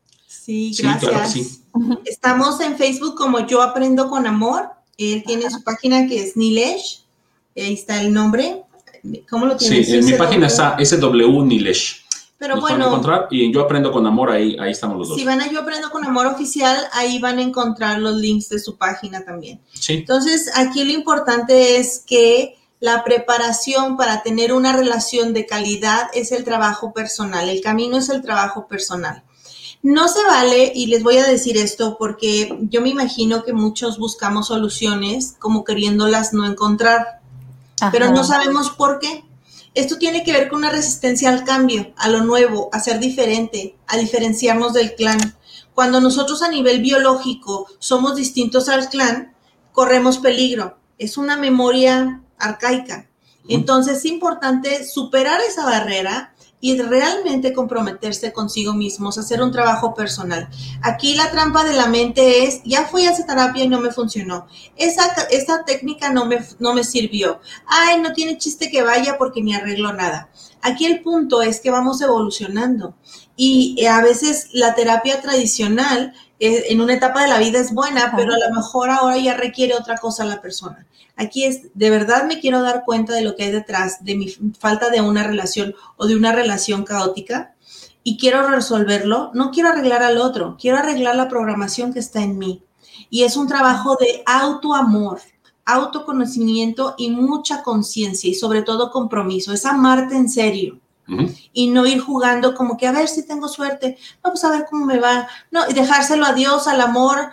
Sí, gracias. Sí, claro que sí. Estamos en Facebook como Yo Aprendo con Amor. Él tiene su página que es Nilesh. Ahí está el nombre. ¿Cómo lo tienes? Sí, en mi página está SW Nilesh. Pero nos bueno, pueden encontrar y en Yo Aprendo con Amor, ahí estamos los dos. Si van a Yo Aprendo con Amor oficial, ahí van a encontrar los links de su página también. Sí. Entonces, aquí lo importante es que la preparación para tener una relación de calidad es el trabajo personal. El camino es el trabajo personal. No se vale, y les voy a decir esto porque yo me imagino que muchos buscamos soluciones como queriéndolas no encontrar, pero no sabemos por qué. Esto tiene que ver con una resistencia al cambio, a lo nuevo, a ser diferente, a diferenciarnos del clan. Cuando nosotros a nivel biológico somos distintos al clan, corremos peligro. Es una memoria arcaica. Entonces es importante superar esa barrera y realmente comprometerse consigo mismos, hacer un trabajo personal. Aquí la trampa de la mente es, ya fui a hacer terapia y no me funcionó. Esa técnica no me sirvió. Ay, no tiene chiste que vaya porque ni arreglo nada. Aquí el punto es que vamos evolucionando y a veces la terapia tradicional en una etapa de la vida es buena, pero a lo mejor ahora ya requiere otra cosa la persona. Aquí es, de verdad me quiero dar cuenta de lo que hay detrás de mi falta de una relación o de una relación caótica y quiero resolverlo. No quiero arreglar al otro, quiero arreglar la programación que está en mí. Y es un trabajo de autoamor, autoconocimiento y mucha conciencia y sobre todo compromiso. Es amarte en serio. Y no ir jugando como que a ver si tengo suerte, vamos a ver cómo me va, no, y dejárselo a Dios, al amor,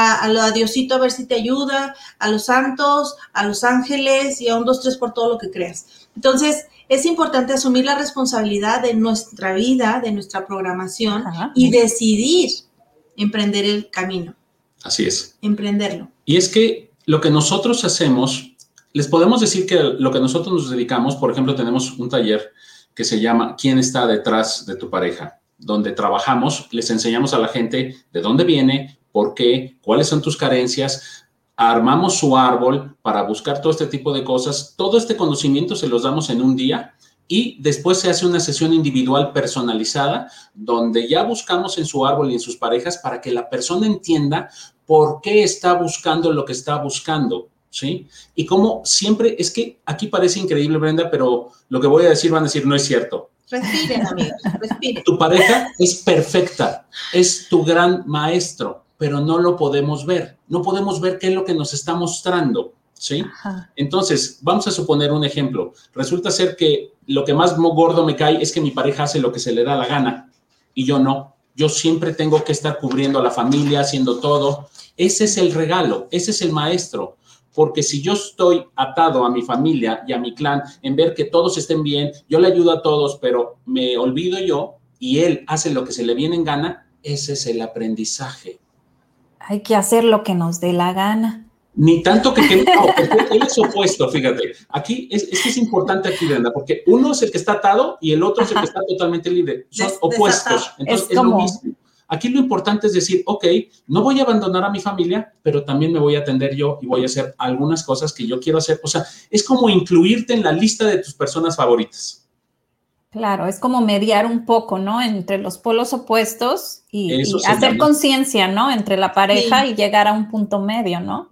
a Diosito a ver si te ayuda, a los santos, a los ángeles y a 1, 2, 3 por todo lo que creas. Entonces es importante asumir la responsabilidad de nuestra vida, de nuestra programación y decidir emprender el camino. Así es. Emprenderlo. Y es que lo que nosotros hacemos, les podemos decir que lo que nosotros nos dedicamos, por ejemplo, tenemos un taller que se llama ¿Quién está detrás de tu pareja?, donde trabajamos, les enseñamos a la gente de dónde viene, por qué, cuáles son tus carencias, armamos su árbol para buscar todo este tipo de cosas. Todo este conocimiento se los damos en un día y después se hace una sesión individual personalizada donde ya buscamos en su árbol y en sus parejas para que la persona entienda por qué está buscando lo que está buscando. ¿Sí? Y como siempre, es que aquí parece increíble, Brenda, pero lo que voy a decir van a decir, no es cierto. Respiren, amigos, respiren. Tu pareja es perfecta, es tu gran maestro, pero no lo podemos ver. No podemos ver qué es lo que nos está mostrando, ¿sí? Entonces, vamos a suponer un ejemplo. Resulta ser que lo que más gordo me cae es que mi pareja hace lo que se le da la gana y yo no. Yo siempre tengo que estar cubriendo a la familia, haciendo todo. Ese es el regalo, ese es el maestro. Porque si yo estoy atado a mi familia y a mi clan en ver que todos estén bien, yo le ayudo a todos, pero me olvido yo y él hace lo que se le viene en gana, ese es el aprendizaje. Hay que hacer lo que nos dé la gana. Ni tanto que no, porque él es opuesto, fíjate. Aquí es importante aquí, Brenda, porque uno es el que está atado y el otro es el que está totalmente libre. Son opuestos. Entonces es lo mismo. Aquí lo importante es decir, ok, no voy a abandonar a mi familia, pero también me voy a atender yo y voy a hacer algunas cosas que yo quiero hacer. O sea, es como incluirte en la lista de tus personas favoritas. Claro, es como mediar un poco, ¿no? Entre los polos opuestos y hacer conciencia, ¿no? Entre la pareja y llegar a un punto medio, ¿no?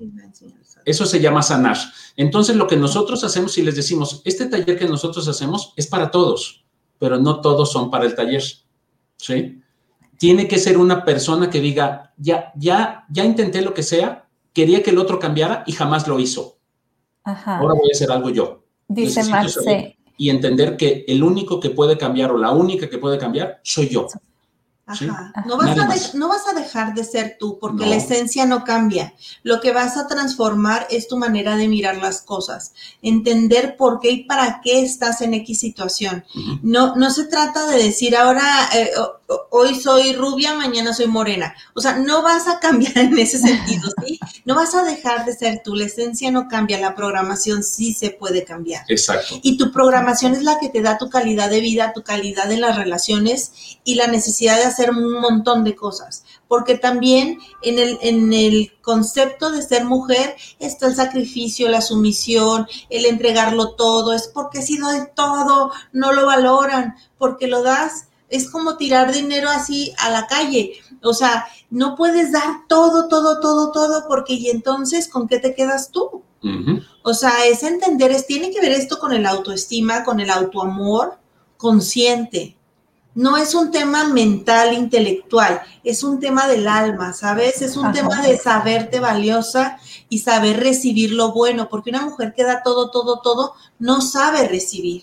Eso se llama sanar. Entonces, lo que nosotros hacemos y les decimos, este taller que nosotros hacemos es para todos, pero no todos son para el taller, ¿sí? Tiene que ser una persona que diga, ya intenté lo que sea, quería que el otro cambiara y jamás lo hizo. Ahora voy a hacer algo yo. Dice Marce. Y entender que el único que puede cambiar o la única que puede cambiar soy yo. ¿sí? Ajá. No vas a dejar de ser tú porque la esencia no cambia. Lo que vas a transformar es tu manera de mirar las cosas, entender por qué y para qué estás en X situación. No se trata de decir ahora hoy soy rubia, mañana soy morena. O sea, no vas a cambiar en ese sentido, ¿sí? No vas a dejar de ser tú. La esencia no cambia, la programación sí se puede cambiar. Exacto. Y tu programación es la que te da tu calidad de vida, tu calidad en las relaciones y la necesidad de hacer un montón de cosas, porque también en el concepto de ser mujer está el sacrificio, la sumisión, el entregarlo todo, es porque si doy todo, no lo valoran, porque lo das, es como tirar dinero así a la calle, o sea, no puedes dar todo, porque y entonces, ¿con qué te quedas tú? O sea, es entender, tiene que ver esto con el autoestima, con el autoamor consciente. No es un tema mental, intelectual, es un tema del alma, ¿sabes? Es un tema de saberte valiosa y saber recibir lo bueno, porque una mujer que da todo, no sabe recibir.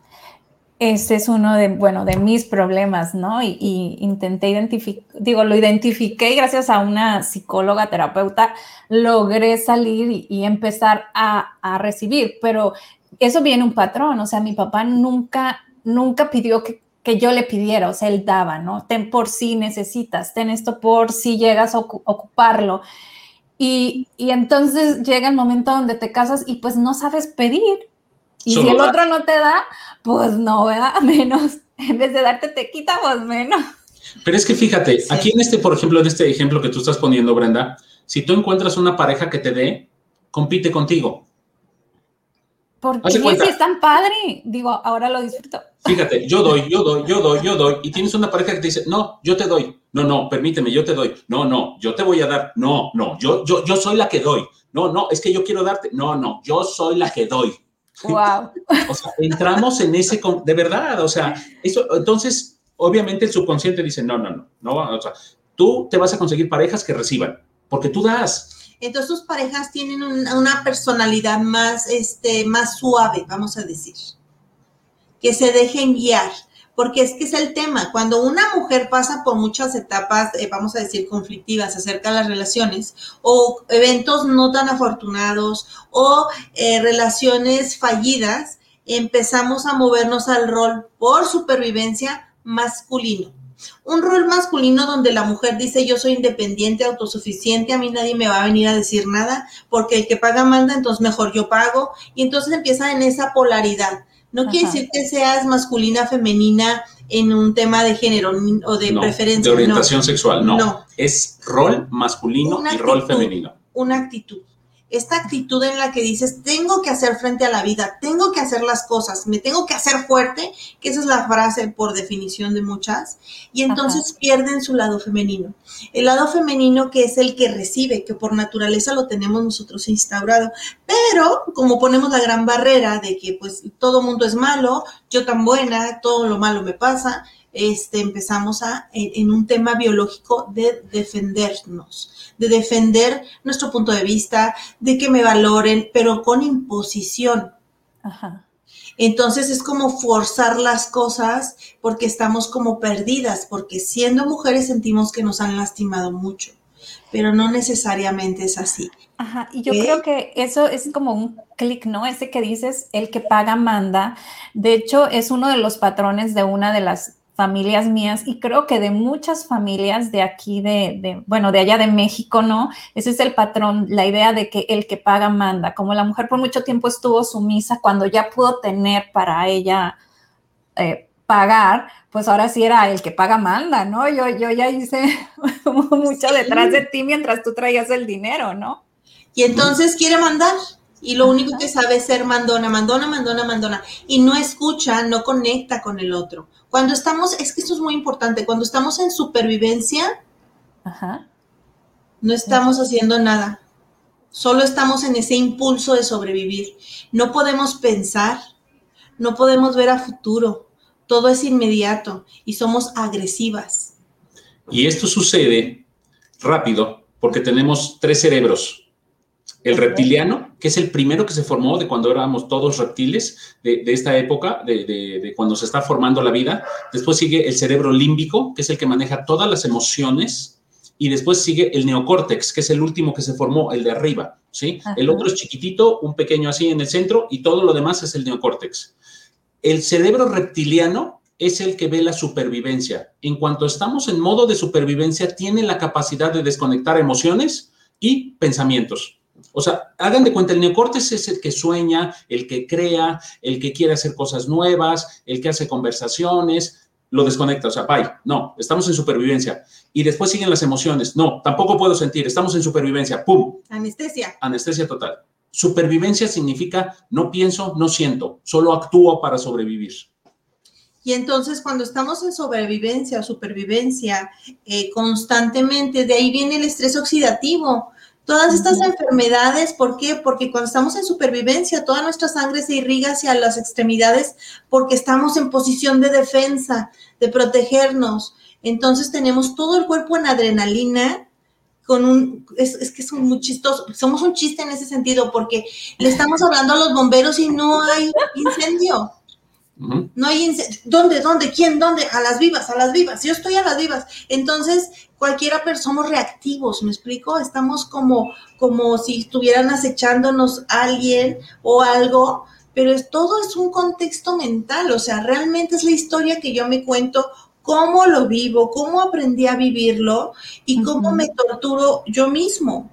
Ese es uno de mis problemas, ¿no? Y intenté lo identifiqué y gracias a una psicóloga, terapeuta, logré salir y empezar a recibir, pero eso viene un patrón, o sea, mi papá nunca pidió que yo le pidiera, o sea, él daba, ¿no? Ten por si necesitas, ten esto por si llegas a ocuparlo. Y entonces llega el momento donde te casas y pues no sabes pedir. Y si el otro no te da, pues no, ¿verdad? Menos. En vez de darte, te quita, pues menos. Pero es que fíjate, aquí por ejemplo, en este ejemplo que tú estás poniendo, Brenda, si tú encuentras una pareja que te dé, compite contigo. Porque si es tan padre, digo, ahora lo disfruto. Fíjate, yo doy, y tienes una pareja que te dice, no, yo te doy, no, permíteme, yo te doy, no, yo te voy a dar, no, yo soy la que doy, no, es que yo quiero darte, no, yo soy la que doy. Wow. O sea, entramos en ese, de verdad, o sea, eso, entonces, obviamente el subconsciente dice, no, o sea, tú te vas a conseguir parejas que reciban, porque tú das. Entonces tus parejas tienen una personalidad más suave, vamos a decir, que se dejen guiar, porque es que es el tema, cuando una mujer pasa por muchas etapas, vamos a decir, conflictivas acerca de las relaciones, o eventos no tan afortunados, o relaciones fallidas, empezamos a movernos al rol por supervivencia masculino. Un rol masculino donde la mujer dice yo soy independiente, autosuficiente, a mí nadie me va a venir a decir nada, porque el que paga manda, entonces mejor yo pago, y entonces empieza en esa polaridad. No quiere decir que seas masculina, femenina en un tema de género o de preferencia. De orientación sexual, no. Es rol masculino y rol femenino. Una actitud. Esta actitud en la que dices, tengo que hacer frente a la vida, tengo que hacer las cosas, me tengo que hacer fuerte, que esa es la frase por definición de muchas, y entonces pierden su lado femenino. El lado femenino que es el que recibe, que por naturaleza lo tenemos nosotros instaurado, pero como ponemos la gran barrera de que pues todo mundo es malo, yo tan buena, todo lo malo me pasa, empezamos en un tema biológico de defendernos, de defender nuestro punto de vista, de que me valoren, pero con imposición. Entonces es como forzar las cosas porque estamos como perdidas, porque siendo mujeres sentimos que nos han lastimado mucho, pero no necesariamente es así. Y yo creo que eso es como un clic, ¿no? Ese que dices, el que paga manda. De hecho, es uno de los patrones de una de las familias mías y creo que de muchas familias de aquí, de allá de México, ¿no? Ese es el patrón, la idea de que el que paga manda. Como la mujer por mucho tiempo estuvo sumisa, cuando ya pudo tener para ella pagar, pues ahora sí era el que paga manda, ¿no? Yo ya hice mucho detrás de ti mientras tú traías el dinero, ¿no? Y entonces quiere mandar. Y lo único que sabe es ser mandona, y no escucha, no conecta con el otro. Cuando estamos, es que esto es muy importante, cuando estamos en supervivencia, no estamos haciendo nada. Solo estamos en ese impulso de sobrevivir. No podemos pensar, no podemos ver a futuro. Todo es inmediato y somos agresivas. Y esto sucede rápido porque tenemos 3 cerebros. El reptiliano, que es el primero que se formó de cuando éramos todos reptiles, de esta época, de cuando se está formando la vida. Después sigue el cerebro límbico, que es el que maneja todas las emociones. Y después sigue el neocórtex, que es el último que se formó, el de arriba, ¿sí? Ajá. El otro es chiquitito, un pequeño así en el centro, y todo lo demás es el neocórtex. El cerebro reptiliano es el que ve la supervivencia. En cuanto estamos en modo de supervivencia, tiene la capacidad de desconectar emociones y pensamientos. O sea, hagan de cuenta, el neocórtex es el que sueña, el que crea, el que quiere hacer cosas nuevas, el que hace conversaciones, lo desconecta, o sea, bye, no, estamos en supervivencia. Y después siguen las emociones, no, tampoco puedo sentir, estamos en supervivencia, ¡pum! Anestesia. Anestesia total. Supervivencia significa no pienso, no siento, solo actúo para sobrevivir. Y entonces cuando estamos en sobrevivencia o supervivencia constantemente, de ahí viene el estrés oxidativo. Todas estas enfermedades, ¿por qué? Porque cuando estamos en supervivencia, toda nuestra sangre se irriga hacia las extremidades porque estamos en posición de defensa, de protegernos. Entonces tenemos todo el cuerpo en adrenalina, es que son muy chistosos, somos un chiste en ese sentido porque le estamos hablando a los bomberos y no hay incendio. No hay incendio. ¿Dónde? ¿Quién? ¿Dónde? A las vivas. Yo estoy a las vivas. Entonces, somos reactivos, ¿me explico? Estamos como si estuvieran acechándonos alguien o algo, pero todo es un contexto mental, o sea, realmente es la historia que yo me cuento, cómo lo vivo, cómo aprendí a vivirlo y cómo me torturo yo mismo.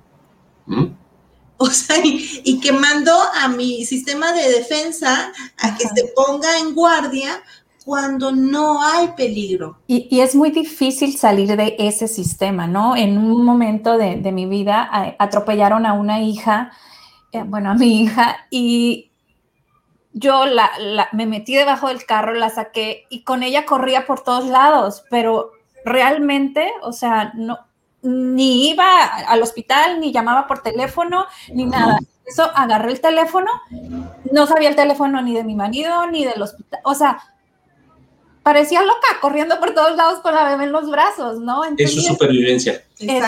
O sea, y que mando a mi sistema de defensa a que se ponga en guardia cuando no hay peligro. Y es muy difícil salir de ese sistema, ¿no? En un momento de mi vida atropellaron a una hija, a mi hija, y yo me metí debajo del carro, la saqué y con ella corría por todos lados, pero realmente, o sea, no, ni iba al hospital, ni llamaba por teléfono, ni nada. Eso, agarré el teléfono, no sabía el teléfono ni de mi marido, ni del hospital, o sea, parecía loca, corriendo por todos lados con la bebé en los brazos, ¿no? Entonces, eso es supervivencia.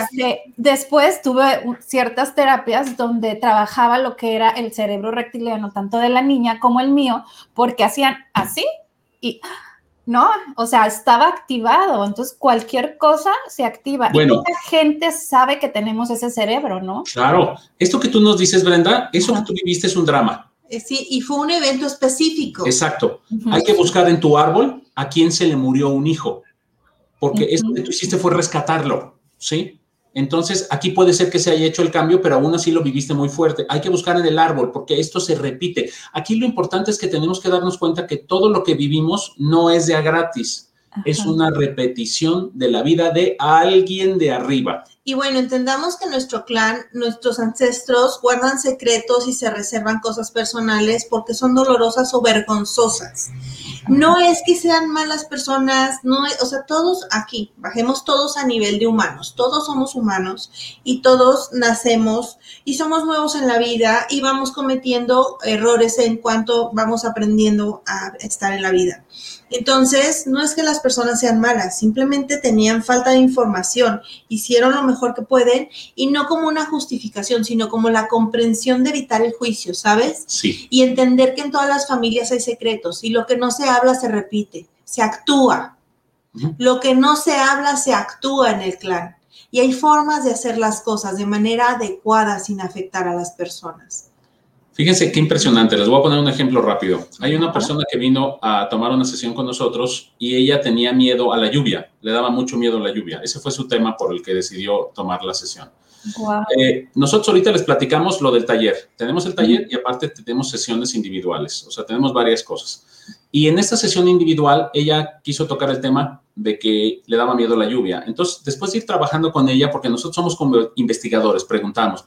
Después tuve ciertas terapias donde trabajaba lo que era el cerebro reptiliano, tanto de la niña como el mío, porque hacían así y... No, o sea, estaba activado, entonces cualquier cosa se activa. Bueno, y mucha gente sabe que tenemos ese cerebro, ¿no? Claro, esto que tú nos dices, Brenda, eso que tú viviste es un drama. Sí, y fue un evento específico. Exacto. Hay que buscar en tu árbol a quién se le murió un hijo, porque esto que tú hiciste fue rescatarlo, ¿sí? Entonces, aquí puede ser que se haya hecho el cambio, pero aún así lo viviste muy fuerte. Hay que buscar en el árbol, porque esto se repite. Aquí lo importante es que tenemos que darnos cuenta que todo lo que vivimos no es de a gratis. Es una repetición de la vida de alguien de arriba. Y bueno, entendamos que nuestro clan, nuestros ancestros guardan secretos y se reservan cosas personales porque son dolorosas o vergonzosas. No es que sean malas personas, o sea, todos aquí, bajemos todos a nivel de humanos, todos somos humanos y todos nacemos y somos nuevos en la vida y vamos cometiendo errores en cuanto vamos aprendiendo a estar en la vida. Entonces, no es que las personas sean malas, simplemente tenían falta de información, hicieron lo mejor que pueden y no como una justificación, sino como la comprensión de evitar el juicio, ¿sabes? Sí. Y entender que en todas las familias hay secretos y lo que no se habla se repite, se actúa. Lo que no se habla se actúa en el clan y hay formas de hacer las cosas de manera adecuada sin afectar a las personas. Fíjense qué impresionante. Les voy a poner un ejemplo rápido. Hay una persona que vino a tomar una sesión con nosotros y ella tenía miedo a la lluvia. Le daba mucho miedo a la lluvia. Ese fue su tema por el que decidió tomar la sesión. Wow. Nosotros ahorita les platicamos lo del taller. Tenemos el taller y aparte tenemos sesiones individuales. O sea, tenemos varias cosas. Y en esta sesión individual, ella quiso tocar el tema de que le daba miedo la lluvia. Entonces, después de ir trabajando con ella, porque nosotros somos como investigadores, preguntamos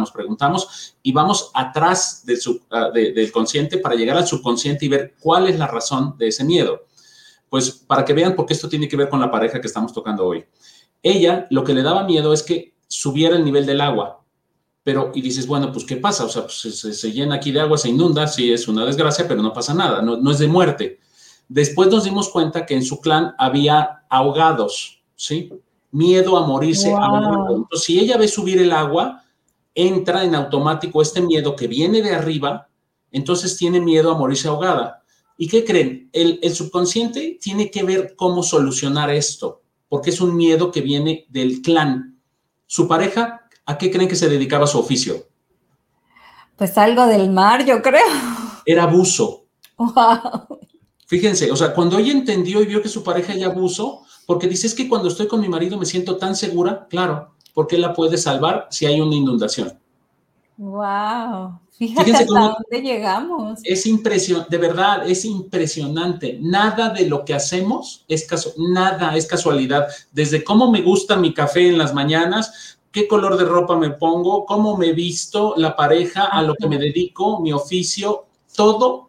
y vamos atrás del consciente para llegar al subconsciente y ver cuál es la razón de ese miedo. Pues para que vean, porque esto tiene que ver con la pareja que estamos tocando hoy. Ella, lo que le daba miedo es que subiera el nivel del agua. Y dices, bueno, pues, ¿qué pasa? O sea, pues, se llena aquí de agua, se inunda, sí, es una desgracia, pero no pasa nada, no es de muerte. Después nos dimos cuenta que en su clan había ahogados, ¿sí? Miedo a morirse ahogado. Entonces, si ella ve subir el agua, entra en automático este miedo que viene de arriba, entonces tiene miedo a morirse ahogada. ¿Y qué creen? El subconsciente tiene que ver cómo solucionar esto, porque es un miedo que viene del clan. Su pareja, ¿a qué creen que se dedicaba su oficio? Pues algo del mar, yo creo. Era buzo. Wow. Fíjense, o sea, cuando ella entendió y vio que su pareja ya buzo, porque dice, es que cuando estoy con mi marido me siento tan segura, claro, porque él la puede salvar si hay una inundación. Wow. Fíjate Fíjense hasta cómo dónde llegamos. es impresionante, de verdad, es impresionante. Nada de lo que hacemos nada es casualidad. Desde cómo me gusta mi café en las mañanas, qué color de ropa me pongo, cómo me visto, la pareja, a lo que me dedico, mi oficio, todo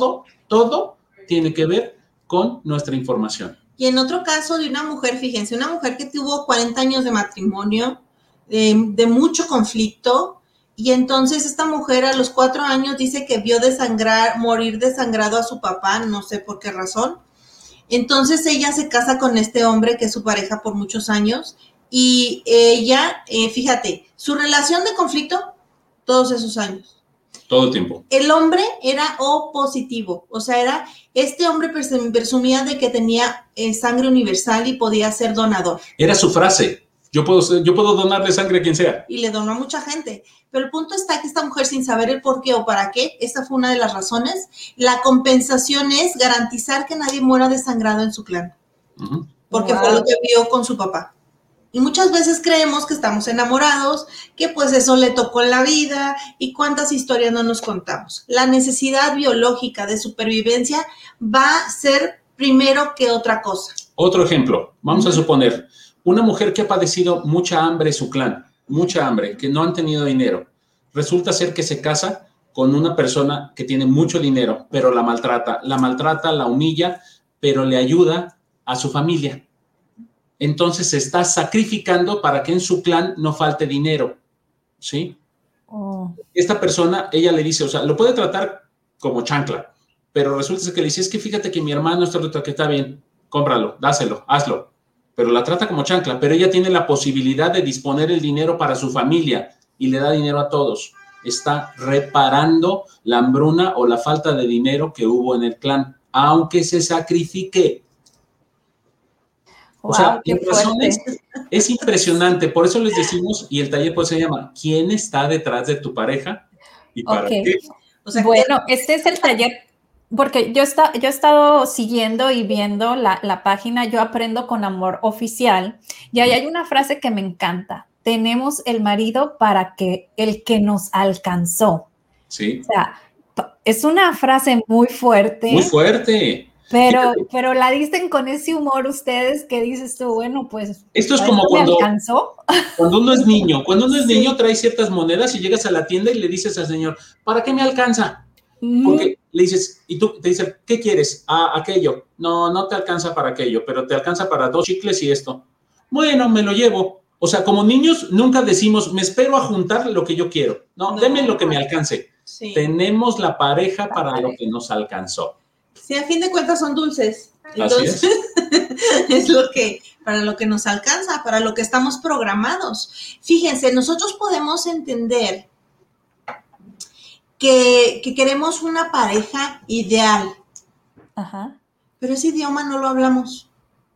tiene que ver con nuestra información. Y en otro caso de una mujer, fíjense, una mujer que tuvo 40 años de matrimonio, de mucho conflicto, y entonces esta mujer a los 4 años dice que vio morir desangrado a su papá, no sé por qué razón. Entonces ella se casa con este hombre que es su pareja por muchos años, y ella, fíjate, su relación de conflicto, todos esos años. Todo el tiempo. El hombre era O positivo, o sea, este hombre presumía de que tenía sangre universal y podía ser donador. Era su frase, yo puedo donarle sangre a quien sea. Y le donó a mucha gente. Pero el punto está que esta mujer, sin saber el por qué o para qué, esta fue una de las razones, la compensación es garantizar que nadie muera desangrado en su clan. Uh-huh. Porque fue lo que vio con su papá. Y muchas veces creemos que estamos enamorados, que pues eso le tocó en la vida y cuántas historias no nos contamos. La necesidad biológica de supervivencia va a ser primero que otra cosa. Otro ejemplo, vamos a suponer, una mujer que ha padecido mucha hambre en su clan, mucha hambre, que no han tenido dinero. Resulta ser que se casa con una persona que tiene mucho dinero, pero la maltrata, la humilla, pero le ayuda a su familia. Entonces se está sacrificando para que en su clan no falte dinero, ¿sí? Oh. Esta persona, ella le dice, o sea, lo puede tratar como chancla, pero resulta que le dice, es que fíjate que mi hermano que está bien, cómpralo, dáselo, hazlo, pero la trata como chancla, pero ella tiene la posibilidad de disponer el dinero para su familia y le da dinero a todos. Está reparando la hambruna o la falta de dinero que hubo en el clan, aunque se sacrifique. O sea, en razones es impresionante. Por eso les decimos, y el taller pues se llama, ¿quién está detrás de tu pareja? ¿Y para qué? O sea, bueno, este es el taller, porque yo he estado siguiendo y viendo la página Yo Aprendo con Amor Oficial, y ahí hay una frase que me encanta. Tenemos el marido para que el que nos alcanzó. Sí. O sea, es una frase muy fuerte. Muy fuerte. Pero la dicen con ese humor ustedes que dices tú, bueno, pues... Esto es como cuando uno es niño. Cuando uno es niño trae ciertas monedas y llegas a la tienda y le dices al señor, ¿para qué me alcanza? Porque le dices, y tú te dices, ¿qué quieres? Aquello. No te alcanza para aquello, pero te alcanza para 2 chicles y esto. Bueno, me lo llevo. O sea, como niños nunca decimos, me espero a juntar lo que yo quiero. No, deme lo que me alcance. Sí. Tenemos la pareja para lo que nos alcanzó. Sí, a fin de cuentas son dulces. Entonces, es para lo que nos alcanza, para lo que estamos programados. Fíjense, nosotros podemos entender que queremos una pareja ideal. Ajá. Pero ese idioma no lo hablamos.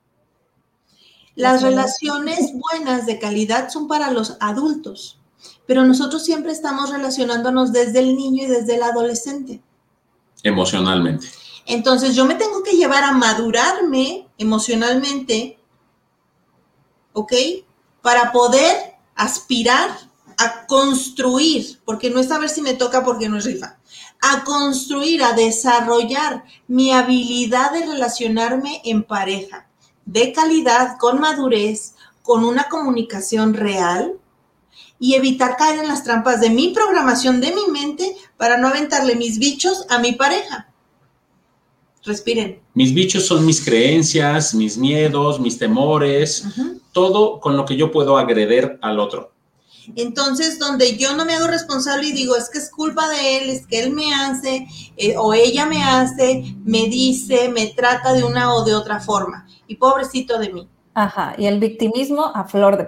Las relaciones buenas de calidad son para los adultos, pero nosotros siempre estamos relacionándonos desde el niño y desde el adolescente. Emocionalmente. Entonces, yo me tengo que llevar a madurarme emocionalmente, ¿ok? Para poder aspirar a construir, porque no es a ver si me toca porque no es rifa, a construir, a desarrollar mi habilidad de relacionarme en pareja, de calidad, con madurez, con una comunicación real y evitar caer en las trampas de mi programación de mi mente para no aventarle mis bichos a mi pareja. Respiren. Mis bichos son mis creencias, mis miedos, mis temores, todo con lo que yo puedo agredir al otro. Entonces, donde yo no me hago responsable y digo, es que es culpa de él, es que él me hace, o ella me hace, me dice, me trata de una o de otra forma. Y pobrecito de mí. Ajá, y el victimismo a flor de piel.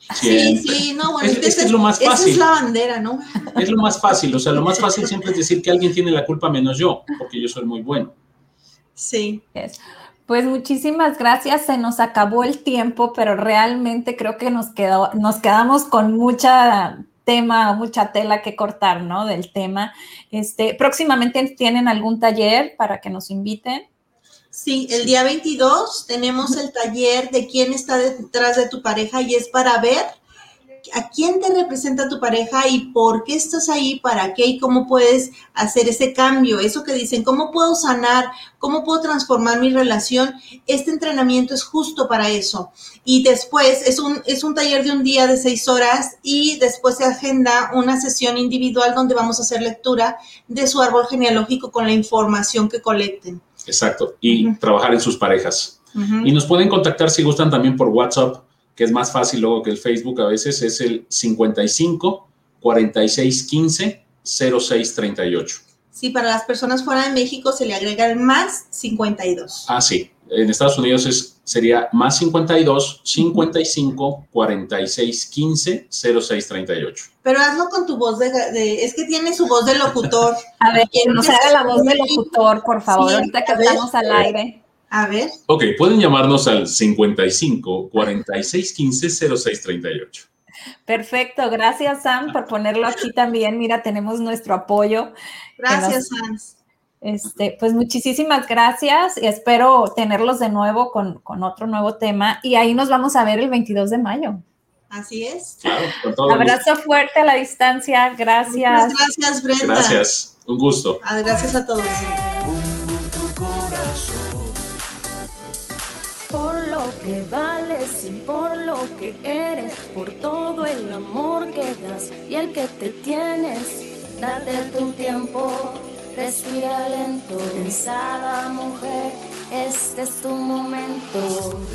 Siempre. Sí, no, bueno, es lo más fácil. Esa es la bandera, ¿no? Es lo más fácil, o sea, lo más fácil siempre es decir que alguien tiene la culpa menos yo, porque yo soy muy bueno. Sí. Pues muchísimas gracias, se nos acabó el tiempo, pero realmente creo que nos quedamos con mucha tela que cortar, ¿no? Del tema. Próximamente tienen algún taller para que nos inviten. Sí, el día 22 tenemos el taller de quién está detrás de tu pareja y es para ver a quién te representa tu pareja y por qué estás ahí, para qué y cómo puedes hacer ese cambio. Eso que dicen, ¿cómo puedo sanar? ¿Cómo puedo transformar mi relación? Este entrenamiento es justo para eso. Y después es un taller de un día de 6 horas y después se agenda una sesión individual donde vamos a hacer lectura de su árbol genealógico con la información que colecten. Exacto, y trabajar en sus parejas. Y nos pueden contactar si gustan también por WhatsApp, que es más fácil luego que el Facebook a veces, es el 55 46 15 06 38. Sí, para las personas fuera de México se le agrega el más 52. Ah, sí. En Estados Unidos sería más 52 55 46 15 06 38. Pero hazlo con tu voz es que tiene su voz de locutor. A ver, que nos haga la voz de locutor, por favor, sí, ahorita que estamos al aire. A ver. Ok, pueden llamarnos al 55 46 15 06 38. Perfecto, gracias Sam por ponerlo aquí también. Mira, tenemos nuestro apoyo. Gracias, Sam. Pues muchísimas gracias y espero tenerlos de nuevo con otro nuevo tema y ahí nos vamos a ver el 22 de mayo. Así es. Claro, con todo abrazo gusto. Fuerte a la distancia, gracias. Muchas gracias, Brenda. Gracias, un gusto. Gracias a todos. Por lo que vales y por lo que eres, por todo el amor que das y el que te tienes, date tu tiempo, respira lento, pensada mujer, este es tu momento.